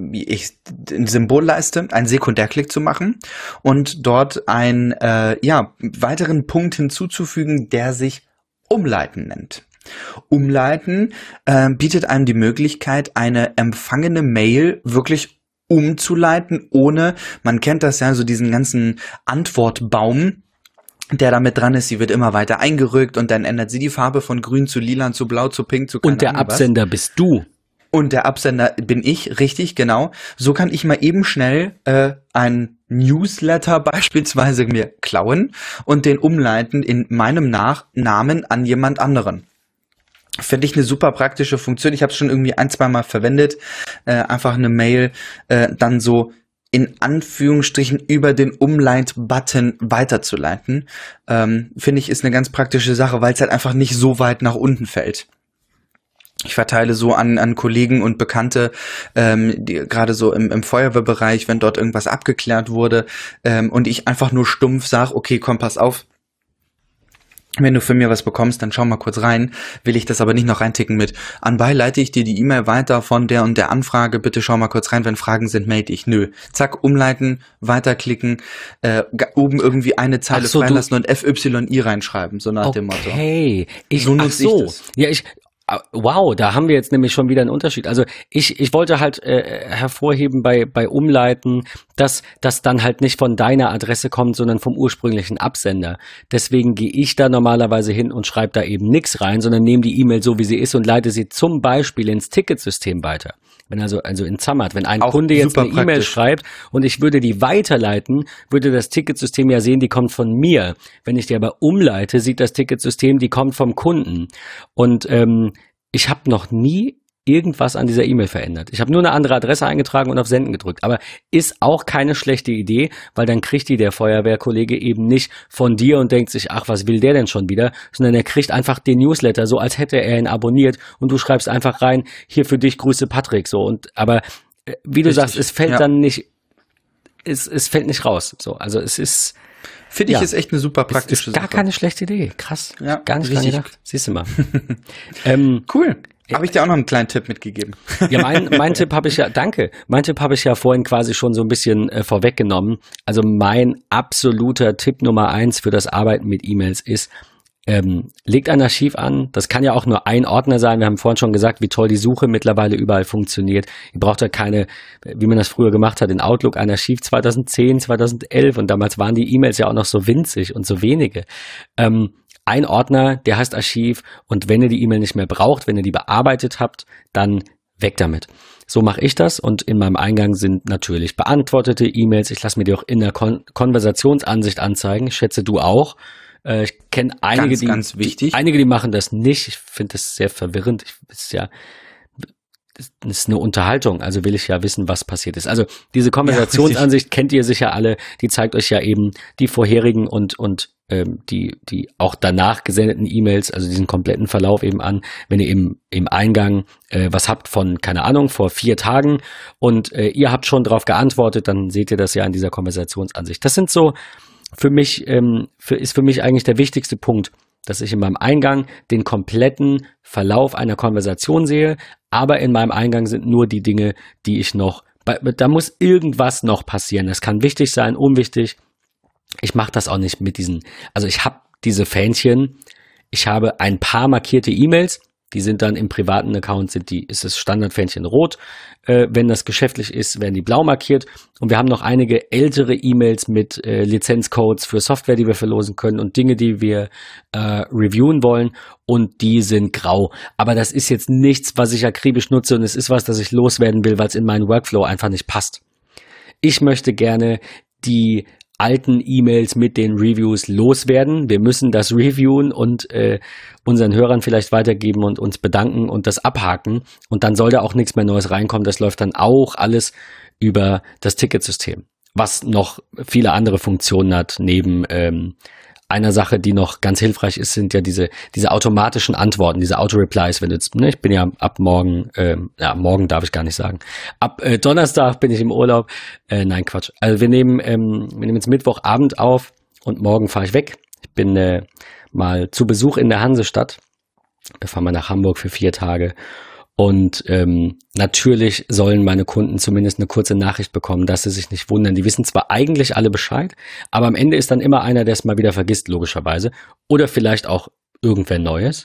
Symbolleiste einen Sekundärklick zu machen und dort einen weiteren Punkt hinzuzufügen, der sich Umleiten nennt. Umleiten bietet einem die Möglichkeit, eine empfangene Mail wirklich umzuleiten, ohne, man kennt das ja, so diesen ganzen Antwortbaum, der damit dran ist, sie wird immer weiter eingerückt und dann ändert sie die Farbe von grün zu lila, zu blau, zu pink, zu keine Und der Ahnung was. Absender bist du. Und der Absender bin ich, richtig, genau. So kann ich mal eben schnell ein Newsletter beispielsweise mir klauen und den umleiten in meinem Namen an jemand anderen. Finde ich eine super praktische Funktion. Ich habe es schon irgendwie 1-2 Mal verwendet. Einfach eine Mail dann so in Anführungsstrichen über den Umleit-Button weiterzuleiten. Finde ich, ist eine ganz praktische Sache, weil es halt einfach nicht so weit nach unten fällt. Ich verteile so an Kollegen und Bekannte, die gerade so im Feuerwehrbereich, wenn dort irgendwas abgeklärt wurde, und ich einfach nur stumpf sage, okay, komm, pass auf, wenn du für mir was bekommst, dann schau mal kurz rein. Will ich das aber nicht noch reinticken mit, anbei leite ich dir die E-Mail weiter von der und der Anfrage, bitte schau mal kurz rein, wenn Fragen sind, melde ich. Nö. Zack, umleiten, weiterklicken, oben irgendwie eine Zeile freilassen und FYI reinschreiben, so nach dem Motto. Okay, so nutze ich das. Ja, wow, da haben wir jetzt nämlich schon wieder einen Unterschied. Also ich wollte halt hervorheben bei Umleiten, dass das dann halt nicht von deiner Adresse kommt, sondern vom ursprünglichen Absender. Deswegen gehe ich da normalerweise hin und schreibe da eben nichts rein, sondern nehme die E-Mail so, wie sie ist und leite sie zum Beispiel ins Ticketsystem weiter. Wenn also in Zammert, wenn ein auch Kunde jetzt eine E-Mail praktisch schreibt und ich würde die weiterleiten, würde das Ticketsystem ja sehen, die kommt von mir. Wenn ich die aber umleite, sieht das Ticketsystem, die kommt vom Kunden. Und ich habe noch nie irgendwas an dieser E-Mail verändert. Ich habe nur eine andere Adresse eingetragen und auf Senden gedrückt. Aber ist auch keine schlechte Idee, weil dann kriegt der Feuerwehrkollege eben nicht von dir und denkt sich, ach, was will der denn schon wieder? Sondern er kriegt einfach den Newsletter, so als hätte er ihn abonniert und du schreibst einfach rein, hier für dich, Grüße Patrick, so. Aber wie du sagst, es fällt dann nicht, es fällt nicht raus. So, also es ist, finde ich, ist echt eine super praktische Sache. Gar keine schlechte Idee. Krass. Ja, gar nicht dran gedacht. Siehst du mal. Cool. Habe ich dir auch noch einen kleinen Tipp mitgegeben? Ja, mein Tipp habe ich danke. Mein Tipp habe ich ja vorhin quasi schon so ein bisschen vorweggenommen. Also mein absoluter Tipp Nummer 1 für das Arbeiten mit E-Mails ist, legt ein Archiv an. Das kann ja auch nur ein Ordner sein. Wir haben vorhin schon gesagt, wie toll die Suche mittlerweile überall funktioniert. Ihr braucht ja keine, wie man das früher gemacht hat, in Outlook ein Archiv 2010, 2011 und damals waren die E-Mails ja auch noch so winzig und so wenige. Ein Ordner, der heißt Archiv, und wenn ihr die E-Mail nicht mehr braucht, wenn ihr die bearbeitet habt, dann weg damit. So mache ich das, und in meinem Eingang sind natürlich beantwortete E-Mails. Ich lasse mir die auch in der Konversationsansicht anzeigen. Ich schätze, du auch. Ich kenne einige, ganz wichtig. Einige, die machen das nicht. Ich finde das sehr verwirrend. Das ist eine Unterhaltung, also will ich ja wissen, was passiert ist. Also diese Konversationsansicht kennt ihr sicher alle, die zeigt euch ja eben die vorherigen und die auch danach gesendeten E-Mails, also diesen kompletten Verlauf eben an, wenn ihr im Eingang was habt von, keine Ahnung, vor 4 Tagen und ihr habt schon darauf geantwortet, dann seht ihr das ja in dieser Konversationsansicht. Das sind so für mich, ist für mich eigentlich der wichtigste Punkt, dass ich in meinem Eingang den kompletten Verlauf einer Konversation sehe, aber in meinem Eingang sind nur die Dinge, die ich noch Da muss irgendwas noch passieren. Das kann wichtig sein, unwichtig. Ich mache das auch nicht mit diesen, also ich habe diese Fähnchen, ich habe ein paar markierte E-Mails, die sind dann im privaten Account, ist das Standardfähnchen rot. Wenn das geschäftlich ist, werden die blau markiert. Und wir haben noch einige ältere E-Mails mit Lizenzcodes für Software, die wir verlosen können und Dinge, die wir reviewen wollen. Und die sind grau. Aber das ist jetzt nichts, was ich akribisch nutze und es ist was, das ich loswerden will, weil es in meinen Workflow einfach nicht passt. Ich möchte gerne die alten E-Mails mit den Reviews loswerden. Wir müssen das reviewen und unseren Hörern vielleicht weitergeben und uns bedanken und das abhaken. Und dann soll da auch nichts mehr Neues reinkommen. Das läuft dann auch alles über das Ticketsystem, was noch viele andere Funktionen hat, neben einer Sache, die noch ganz hilfreich ist, sind ja diese automatischen Antworten, diese Auto-Replies. Wenn jetzt, ne, ich bin ja ab morgen, morgen darf ich gar nicht sagen. Ab Donnerstag bin ich im Urlaub. Nein, Quatsch. Also wir nehmen jetzt Mittwochabend auf und morgen fahre ich weg. Ich bin mal zu Besuch in der Hansestadt. Wir fahren mal nach Hamburg für 4 Tage. Und natürlich sollen meine Kunden zumindest eine kurze Nachricht bekommen, dass sie sich nicht wundern. Die wissen zwar eigentlich alle Bescheid, aber am Ende ist dann immer einer, der es mal wieder vergisst, logischerweise. Oder vielleicht auch irgendwer Neues,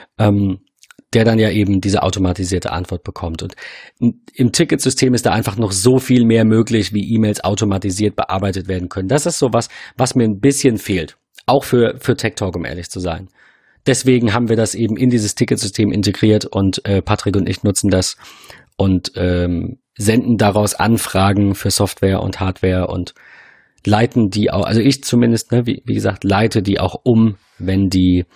der dann ja eben diese automatisierte Antwort bekommt. Und im Ticketsystem ist da einfach noch so viel mehr möglich, wie E-Mails automatisiert bearbeitet werden können. Das ist sowas, was mir ein bisschen fehlt. Auch für Tech Talk, um ehrlich zu sein. Deswegen haben wir das eben in dieses Ticketsystem integriert und Patrick und ich nutzen das und senden daraus Anfragen für Software und Hardware und leiten die auch, also ich zumindest, ne, wie gesagt, leite die auch um, wenn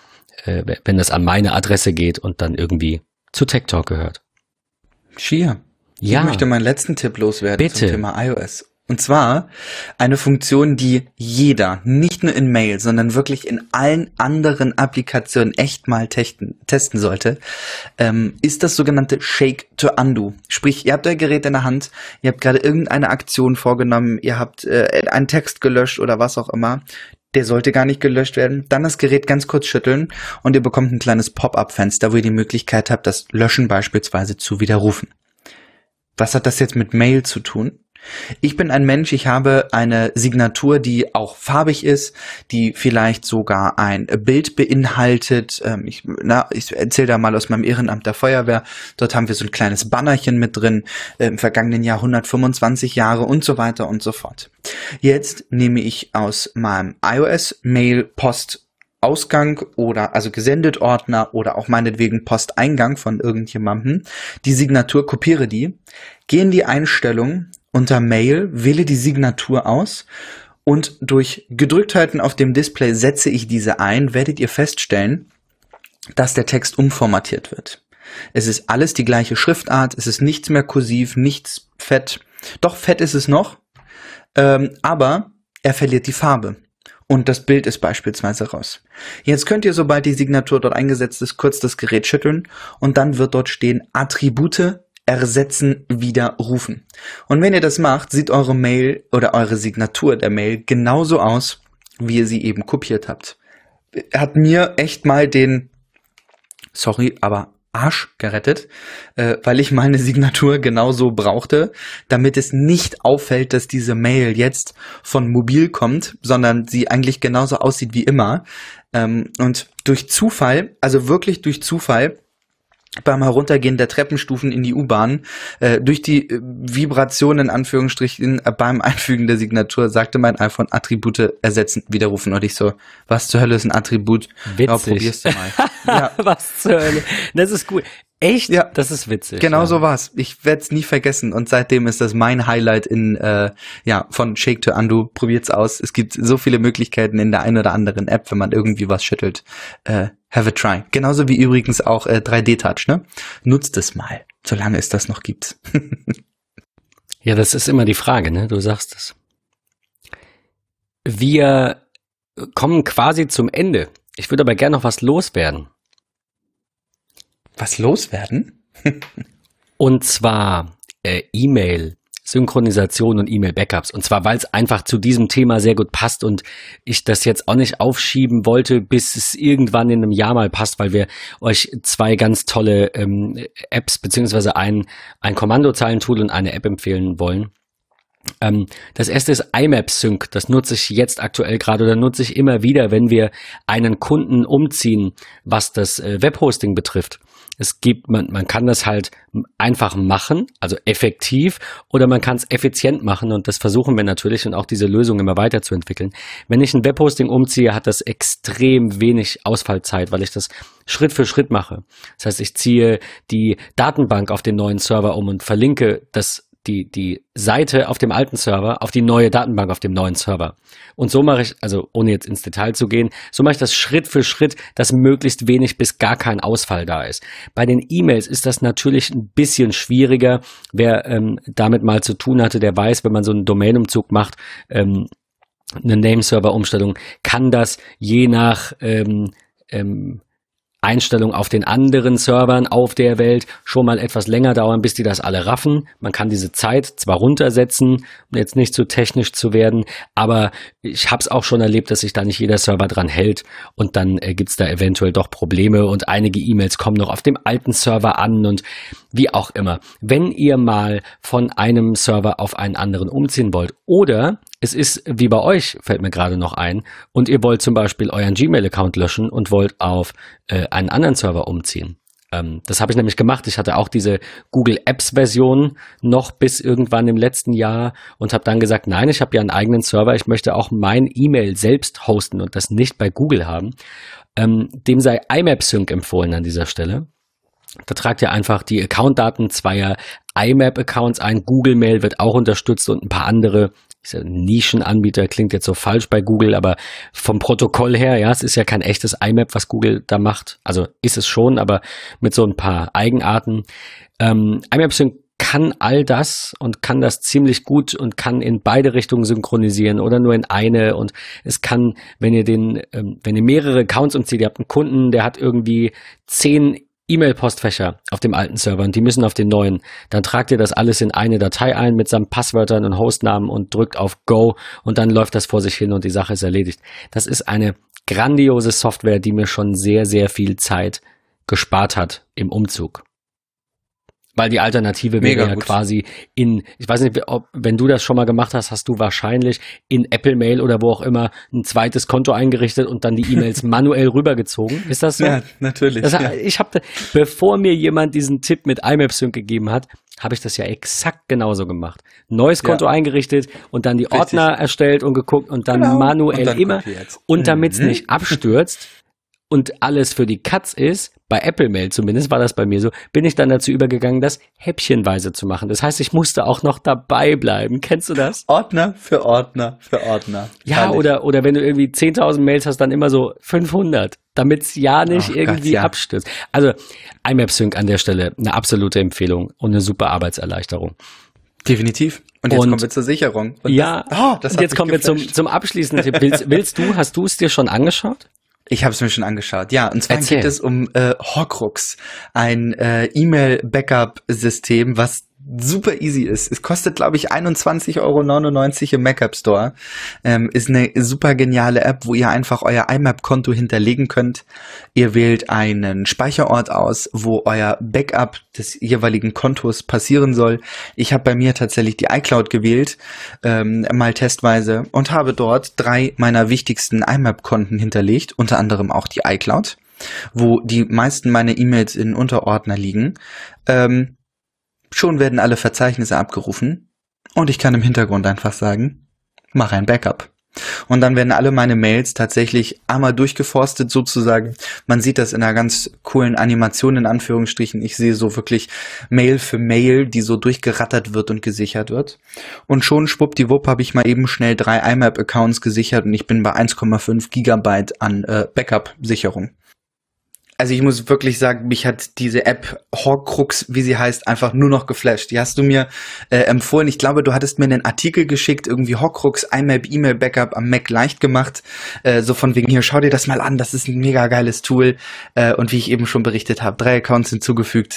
das an meine Adresse geht und dann irgendwie zu Tech Talk gehört. Shia, ja. Ich möchte meinen letzten Tipp loswerden Bitte. Zum Thema iOS. Und zwar eine Funktion, die jeder, nicht nur in Mail, sondern wirklich in allen anderen Applikationen echt mal testen sollte, ist das sogenannte Shake to Undo. Sprich, ihr habt euer Gerät in der Hand, ihr habt gerade irgendeine Aktion vorgenommen, ihr habt einen Text gelöscht oder was auch immer. Der sollte gar nicht gelöscht werden. Dann das Gerät ganz kurz schütteln und ihr bekommt ein kleines Pop-up-Fenster, wo ihr die Möglichkeit habt, das Löschen beispielsweise zu widerrufen. Was hat das jetzt mit Mail zu tun? Ich bin ein Mensch, ich habe eine Signatur, die auch farbig ist, die vielleicht sogar ein Bild beinhaltet. Ich erzähle da mal aus meinem Ehrenamt der Feuerwehr. Dort haben wir so ein kleines Bannerchen mit drin, im vergangenen Jahr 125 Jahre und so weiter und so fort. Jetzt nehme ich aus meinem iOS-Mail-Post Ausgang oder also gesendet Ordner oder auch meinetwegen Posteingang von irgendjemandem, die Signatur, kopiere die, gehe in die Einstellung unter Mail, wähle die Signatur aus und durch Gedrückthalten auf dem Display setze ich diese ein, werdet ihr feststellen, dass der Text umformatiert wird. Es ist alles die gleiche Schriftart, es ist nichts mehr kursiv, nichts fett. Doch fett ist es noch, aber er verliert die Farbe. Und das Bild ist beispielsweise raus. Jetzt könnt ihr, sobald die Signatur dort eingesetzt ist, kurz das Gerät schütteln und dann wird dort stehen Attribute ersetzen, widerrufen. Und wenn ihr das macht, sieht eure Mail oder eure Signatur der Mail genauso aus, wie ihr sie eben kopiert habt. Hat mir echt mal den, Arsch gerettet, weil ich meine Signatur genauso brauchte, damit es nicht auffällt, dass diese Mail jetzt von mobil kommt, sondern sie eigentlich genauso aussieht wie immer. Und durch Zufall, also wirklich durch Zufall, beim Heruntergehen der Treppenstufen in die U-Bahn, durch die Vibration in Anführungsstrichen beim Einfügen der Signatur, sagte mein iPhone Attribute ersetzen, widerrufen. Und ich so, was zur Hölle ist ein Attribut? Witzig. Ja, probier's doch mal. Ja. Was zur Hölle? Das ist cool. Echt? Ja. Das ist witzig. Genau ja. so war's. Ich werde es nie vergessen. Und seitdem ist das mein Highlight von Shake to Undo. Probiert's aus. Es gibt so viele Möglichkeiten in der einen oder anderen App, wenn man irgendwie was schüttelt. Have a try. Genauso wie übrigens auch 3D-Touch, ne? Nutzt es mal, solange es das noch gibt. Ja, das ist immer die Frage, ne? Du sagst es. Wir kommen quasi zum Ende. Ich würde aber gerne noch was loswerden. Was loswerden? Und zwar E-Mail E-Mail-Synchronisation und E-Mail-Backups. Und zwar, weil es einfach zu diesem Thema sehr gut passt und ich das jetzt auch nicht aufschieben wollte, bis es irgendwann in einem Jahr mal passt, weil wir euch zwei ganz tolle Apps beziehungsweise ein Kommandozeilentool und eine App empfehlen wollen. Das erste ist IMAP Sync. Das nutze ich jetzt aktuell gerade oder nutze ich immer wieder, wenn wir einen Kunden umziehen, was das Webhosting betrifft. Es gibt, man kann das halt einfach machen, also effektiv, oder man kann es effizient machen und das versuchen wir natürlich und auch diese Lösung immer weiterzuentwickeln. Wenn ich ein Webhosting umziehe, hat das extrem wenig Ausfallzeit, weil ich das Schritt für Schritt mache. Das heißt, ich ziehe die Datenbank auf den neuen Server um und verlinke die Seite auf dem alten Server auf die neue Datenbank auf dem neuen Server. Und so mache ich, also ohne jetzt ins Detail zu gehen, so mache ich das Schritt für Schritt, dass möglichst wenig bis gar kein Ausfall da ist. Bei den E-Mails ist das natürlich ein bisschen schwieriger. Wer damit mal zu tun hatte, der weiß, wenn man so einen Domainumzug macht, eine Nameserver-Umstellung, kann das je nach Einstellung auf den anderen Servern auf der Welt schon mal etwas länger dauern, bis die das alle raffen. Man kann diese Zeit zwar runtersetzen, um jetzt nicht zu technisch zu werden, aber ich habe es auch schon erlebt, dass sich da nicht jeder Server dran hält und dann gibt's da eventuell doch Probleme und einige E-Mails kommen noch auf dem alten Server an und wie auch immer. Wenn ihr mal von einem Server auf einen anderen umziehen wollt oder es ist wie bei euch, fällt mir gerade noch ein, und ihr wollt zum Beispiel euren Gmail-Account löschen und wollt auf einen anderen Server umziehen. Das habe ich nämlich gemacht. Ich hatte auch diese Google Apps-Version noch bis irgendwann im letzten Jahr und habe dann gesagt, nein, ich habe ja einen eigenen Server, ich möchte auch mein E-Mail selbst hosten und das nicht bei Google haben. Dem sei IMAP Sync empfohlen an dieser Stelle. Da tragt ihr einfach die Accountdaten zweier IMAP-Accounts ein. Google Mail wird auch unterstützt und ein paar andere Nischenanbieter, klingt jetzt so falsch bei Google, aber vom Protokoll her, ja, es ist ja kein echtes IMAP, was Google da macht. Also ist es schon, aber mit so ein paar Eigenarten. IMAP Sync kann all das und kann das ziemlich gut und kann in beide Richtungen synchronisieren oder nur in eine und es kann, wenn ihr mehrere Accounts umzieht, ihr habt einen Kunden, der hat irgendwie 10 E-Mail-Postfächer auf dem alten Server und die müssen auf den neuen. Dann tragt ihr das alles in eine Datei ein mit seinen Passwörtern und Hostnamen und drückt auf Go und dann läuft das vor sich hin und die Sache ist erledigt. Das ist eine grandiose Software, die mir schon sehr, sehr viel Zeit gespart hat im Umzug. Weil die Alternative wäre ja quasi ich weiß nicht, wenn du das schon mal gemacht hast, hast du wahrscheinlich in Apple Mail oder wo auch immer ein zweites Konto eingerichtet und dann die E-Mails manuell rübergezogen. Ist das so? Ja, natürlich. Ich habe, bevor mir jemand diesen Tipp mit IMAP Sync gegeben hat, habe ich das ja exakt genauso gemacht. Neues Konto eingerichtet und dann die Ordner erstellt und geguckt und dann manuell und dann immer. Und damit es nicht abstürzt, und alles für die Katz ist, bei Apple Mail zumindest war das bei mir so, bin ich dann dazu übergegangen, das häppchenweise zu machen. Das heißt, ich musste auch noch dabei bleiben. Kennst du das? Ordner für Ordner für Ordner. Ja, oder wenn du irgendwie 10.000 Mails hast, dann immer so 500, damit es ja nicht irgendwie abstürzt. Also IMAP Sync an der Stelle eine absolute Empfehlung und eine super Arbeitserleichterung. Definitiv. Und jetzt kommen wir zur Sicherung. Und jetzt kommen wir zum abschließenden Tipp. Hast du es dir schon angeschaut? Ich habe es mir schon angeschaut, ja. Und zwar geht es um Horcrux, ein E-Mail-Backup-System, was super easy ist. Es kostet, glaube ich, 21,99 € im Mac App Store. Ist eine super geniale App, wo ihr einfach euer IMAP-Konto hinterlegen könnt. Ihr wählt einen Speicherort aus, wo euer Backup des jeweiligen Kontos passieren soll. Ich habe bei mir tatsächlich die iCloud gewählt, mal testweise, und habe dort 3 meiner wichtigsten IMAP-Konten hinterlegt, unter anderem auch die iCloud, wo die meisten meiner E-Mails in Unterordner liegen. Schon werden alle Verzeichnisse abgerufen und ich kann im Hintergrund einfach sagen, mach ein Backup. Und dann werden alle meine Mails tatsächlich einmal durchgeforstet sozusagen. Man sieht das in einer ganz coolen Animation in Anführungsstrichen. Ich sehe so wirklich Mail für Mail, die so durchgerattert wird und gesichert wird. Und schon schwuppdiwupp habe ich mal eben schnell 3 IMAP-Accounts gesichert und ich bin bei 1,5 Gigabyte an Backup-Sicherung. Also ich muss wirklich sagen, mich hat diese App Horcrux, wie sie heißt, einfach nur noch geflasht. Die hast du mir empfohlen. Ich glaube, du hattest mir einen Artikel geschickt, irgendwie Horcrux IMAP E-Mail Backup am Mac leicht gemacht. So von wegen, hier, schau dir das mal an, das ist ein mega geiles Tool. Und wie ich eben schon berichtet habe, 3 Accounts hinzugefügt.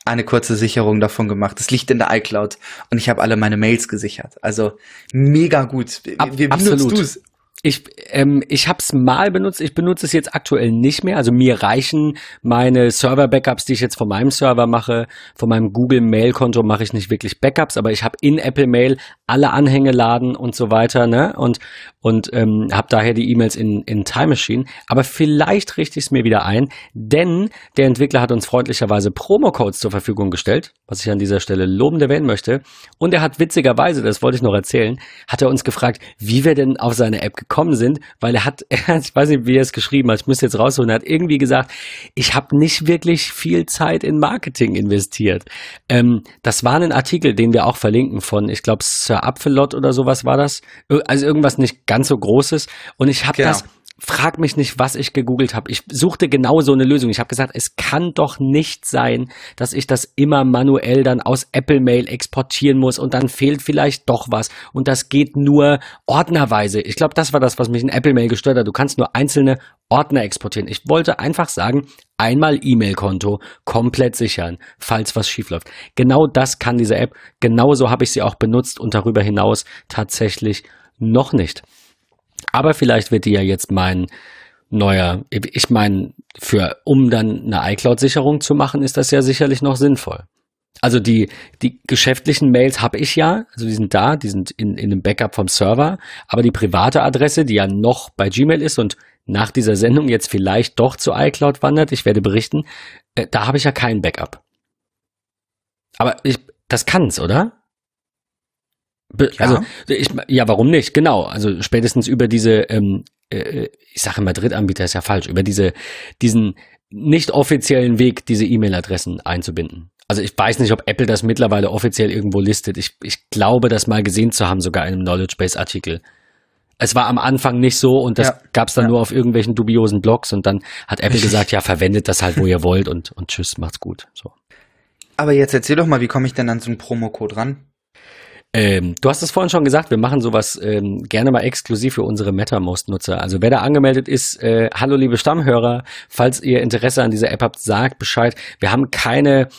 eine kurze Sicherung davon gemacht. Es liegt in der iCloud und ich habe alle meine Mails gesichert. Also mega gut. Wie benutzt du es? Ich habe es mal benutzt, ich benutze es jetzt aktuell nicht mehr. Also mir reichen meine Server-Backups, die ich jetzt von meinem Server mache. Von meinem Google-Mail-Konto mache ich nicht wirklich Backups, aber ich habe in Apple Mail alle Anhänge laden und so weiter, ne? Und habe daher die E-Mails in Time Machine. Aber vielleicht richte ich es mir wieder ein, denn der Entwickler hat uns freundlicherweise Promo-Codes zur Verfügung gestellt, was ich an dieser Stelle lobend erwähnen möchte. Und er hat witzigerweise, das wollte ich noch erzählen, hat er uns gefragt, wie wir denn auf seine App gekommen sind, weil er hat, ich weiß nicht, wie er es geschrieben hat, ich müsste jetzt rausholen, er hat irgendwie gesagt, ich habe nicht wirklich viel Zeit in Marketing investiert. Das war ein Artikel, den wir auch verlinken von, ich glaube, Sir Apfelot oder sowas war das. Also irgendwas nicht ganz so Großes. Und ich habe das, frag mich nicht, was ich gegoogelt habe. Ich suchte genau so eine Lösung. Ich habe gesagt, es kann doch nicht sein, dass ich das immer manuell dann aus Apple Mail exportieren muss und dann fehlt vielleicht doch was. Und das geht nur ordnerweise. Ich glaube, das war das, was mich in Apple Mail gestört hat. Du kannst nur einzelne Ordner exportieren. Ich wollte einfach sagen, einmal E-Mail-Konto komplett sichern, falls was schiefläuft. Genau das kann diese App. Genauso habe ich sie auch benutzt und darüber hinaus tatsächlich noch nicht. Aber vielleicht wird die ja jetzt mein neuer, ich meine, um dann eine iCloud-Sicherung zu machen, ist das ja sicherlich noch sinnvoll. Also die geschäftlichen Mails habe ich ja, also die sind da, die sind in einem Backup vom Server, aber die private Adresse, die ja noch bei Gmail ist und nach dieser Sendung jetzt vielleicht doch zu iCloud wandert, ich werde berichten, da habe ich ja kein Backup. Aber das kann's, oder? Also, warum nicht? Genau. Also spätestens über diese, ich sage immer Drittanbieter ist ja falsch, über diesen nicht offiziellen Weg, diese E-Mail-Adressen einzubinden. Also ich weiß nicht, ob Apple das mittlerweile offiziell irgendwo listet. Ich glaube, das mal gesehen zu haben, sogar in einem Knowledge Base-Artikel. Es war am Anfang nicht so und das gab's dann nur auf irgendwelchen dubiosen Blogs und dann hat Apple gesagt, ja, verwendet das halt, wo ihr wollt und tschüss, macht's gut. So. Aber jetzt erzähl doch mal, wie komme ich denn an so einen Promocode ran? Du hast es vorhin schon gesagt, wir machen sowas gerne mal exklusiv für unsere MetaMost-Nutzer. Also wer da angemeldet ist, hallo liebe Stammhörer, falls ihr Interesse an dieser App habt, sagt Bescheid. Wir haben keine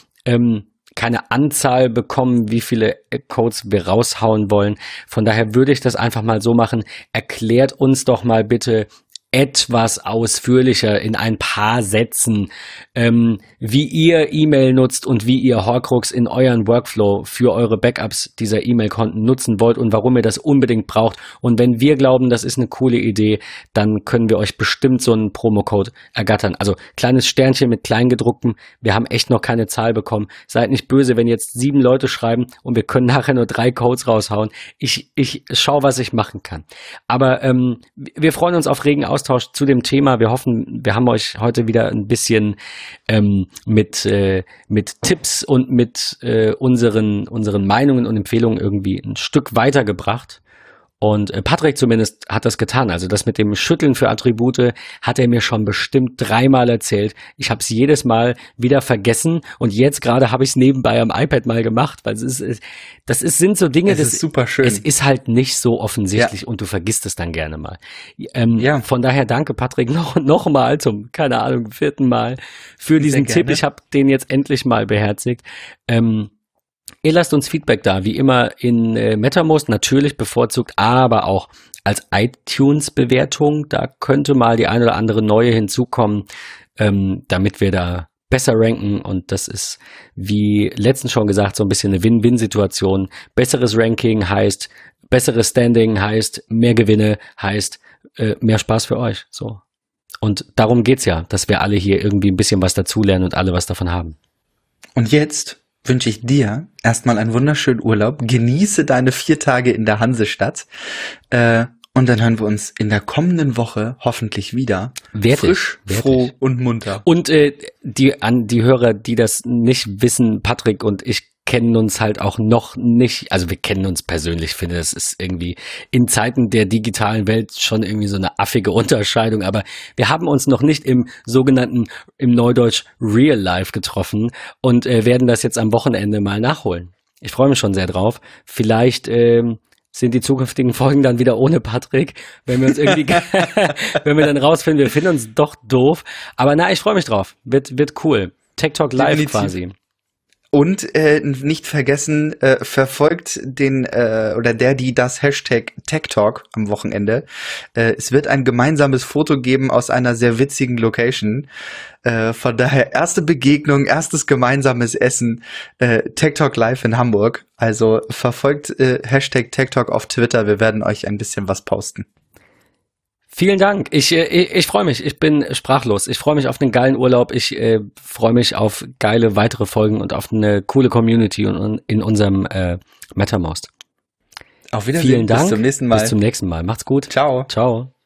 Anzahl bekommen, wie viele Codes wir raushauen wollen. Von daher würde ich das einfach mal so machen. Erklärt uns doch mal bitte etwas ausführlicher in ein paar Sätzen, wie ihr E-Mail nutzt und wie ihr Horcrux in euren Workflow für eure Backups dieser E-Mail-Konten nutzen wollt und warum ihr das unbedingt braucht. Und wenn wir glauben, das ist eine coole Idee, dann können wir euch bestimmt so einen Promocode ergattern. Also kleines Sternchen mit Kleingedrucktem. Wir haben echt noch keine Zahl bekommen. Seid nicht böse, wenn jetzt 7 Leute schreiben und wir können nachher nur 3 Codes raushauen. Ich schaue, was ich machen kann. Aber wir freuen uns auf regen Austausch zu dem Thema. Wir hoffen, wir haben euch heute wieder ein bisschen mit Tipps und mit unseren Meinungen und Empfehlungen irgendwie ein Stück weitergebracht. Und Patrick zumindest hat das getan. Also das mit dem Schütteln für Attribute hat er mir schon bestimmt 3-mal erzählt. Ich habe es jedes Mal wieder vergessen und jetzt gerade habe ich es nebenbei am iPad mal gemacht, weil sind so Dinge, das ist super schön. Es ist halt nicht so offensichtlich und du vergisst es dann gerne mal. Von daher danke Patrick noch mal zum, keine Ahnung, 4. Mal für diesen Tipp. Ich habe den jetzt endlich mal beherzigt. Ihr lasst uns Feedback da, wie immer in MetaMost, natürlich bevorzugt, aber auch als iTunes-Bewertung. Da könnte mal die ein oder andere neue hinzukommen, damit wir da besser ranken. Und das ist, wie letztens schon gesagt, so ein bisschen eine Win-Win-Situation. Besseres Ranking heißt, besseres Standing heißt, mehr Gewinne heißt, mehr Spaß für euch. So. Und darum geht's ja, dass wir alle hier irgendwie ein bisschen was dazulernen und alle was davon haben. Und jetzt wünsche ich dir erstmal einen wunderschönen Urlaub. Genieße deine 4 Tage in der Hansestadt. Und dann hören wir uns in der kommenden Woche hoffentlich wieder. Frisch, froh und munter. Und die Hörer, die das nicht wissen, Patrick und ich kennen uns halt auch noch nicht, also wir kennen uns persönlich, finde, das ist irgendwie in Zeiten der digitalen Welt schon irgendwie so eine affige Unterscheidung, aber wir haben uns noch nicht im sogenannten, im Neudeutsch Real Life getroffen und werden das jetzt am Wochenende mal nachholen. Ich freue mich schon sehr drauf. Vielleicht sind die zukünftigen Folgen dann wieder ohne Patrick, wenn wir uns irgendwie, wenn wir dann rausfinden, wir finden uns doch doof, aber ich freue mich drauf. Wird cool. Tech Talk Live quasi. Und nicht vergessen, verfolgt den oder die das Hashtag Tech Talk am Wochenende. Es wird ein gemeinsames Foto geben aus einer sehr witzigen Location. Von daher erste Begegnung, erstes gemeinsames Essen, Tech Talk Live in Hamburg. Also verfolgt Hashtag Tech Talk auf Twitter. Wir werden euch ein bisschen was posten. Vielen Dank. Ich freue mich. Ich bin sprachlos. Ich freue mich auf einen geilen Urlaub. Ich freue mich auf geile weitere Folgen und auf eine coole Community und in unserem Mattermost. Auf Wiedersehen. Vielen Dank. Bis zum nächsten Mal. Bis zum nächsten Mal. Macht's gut. Ciao. Ciao.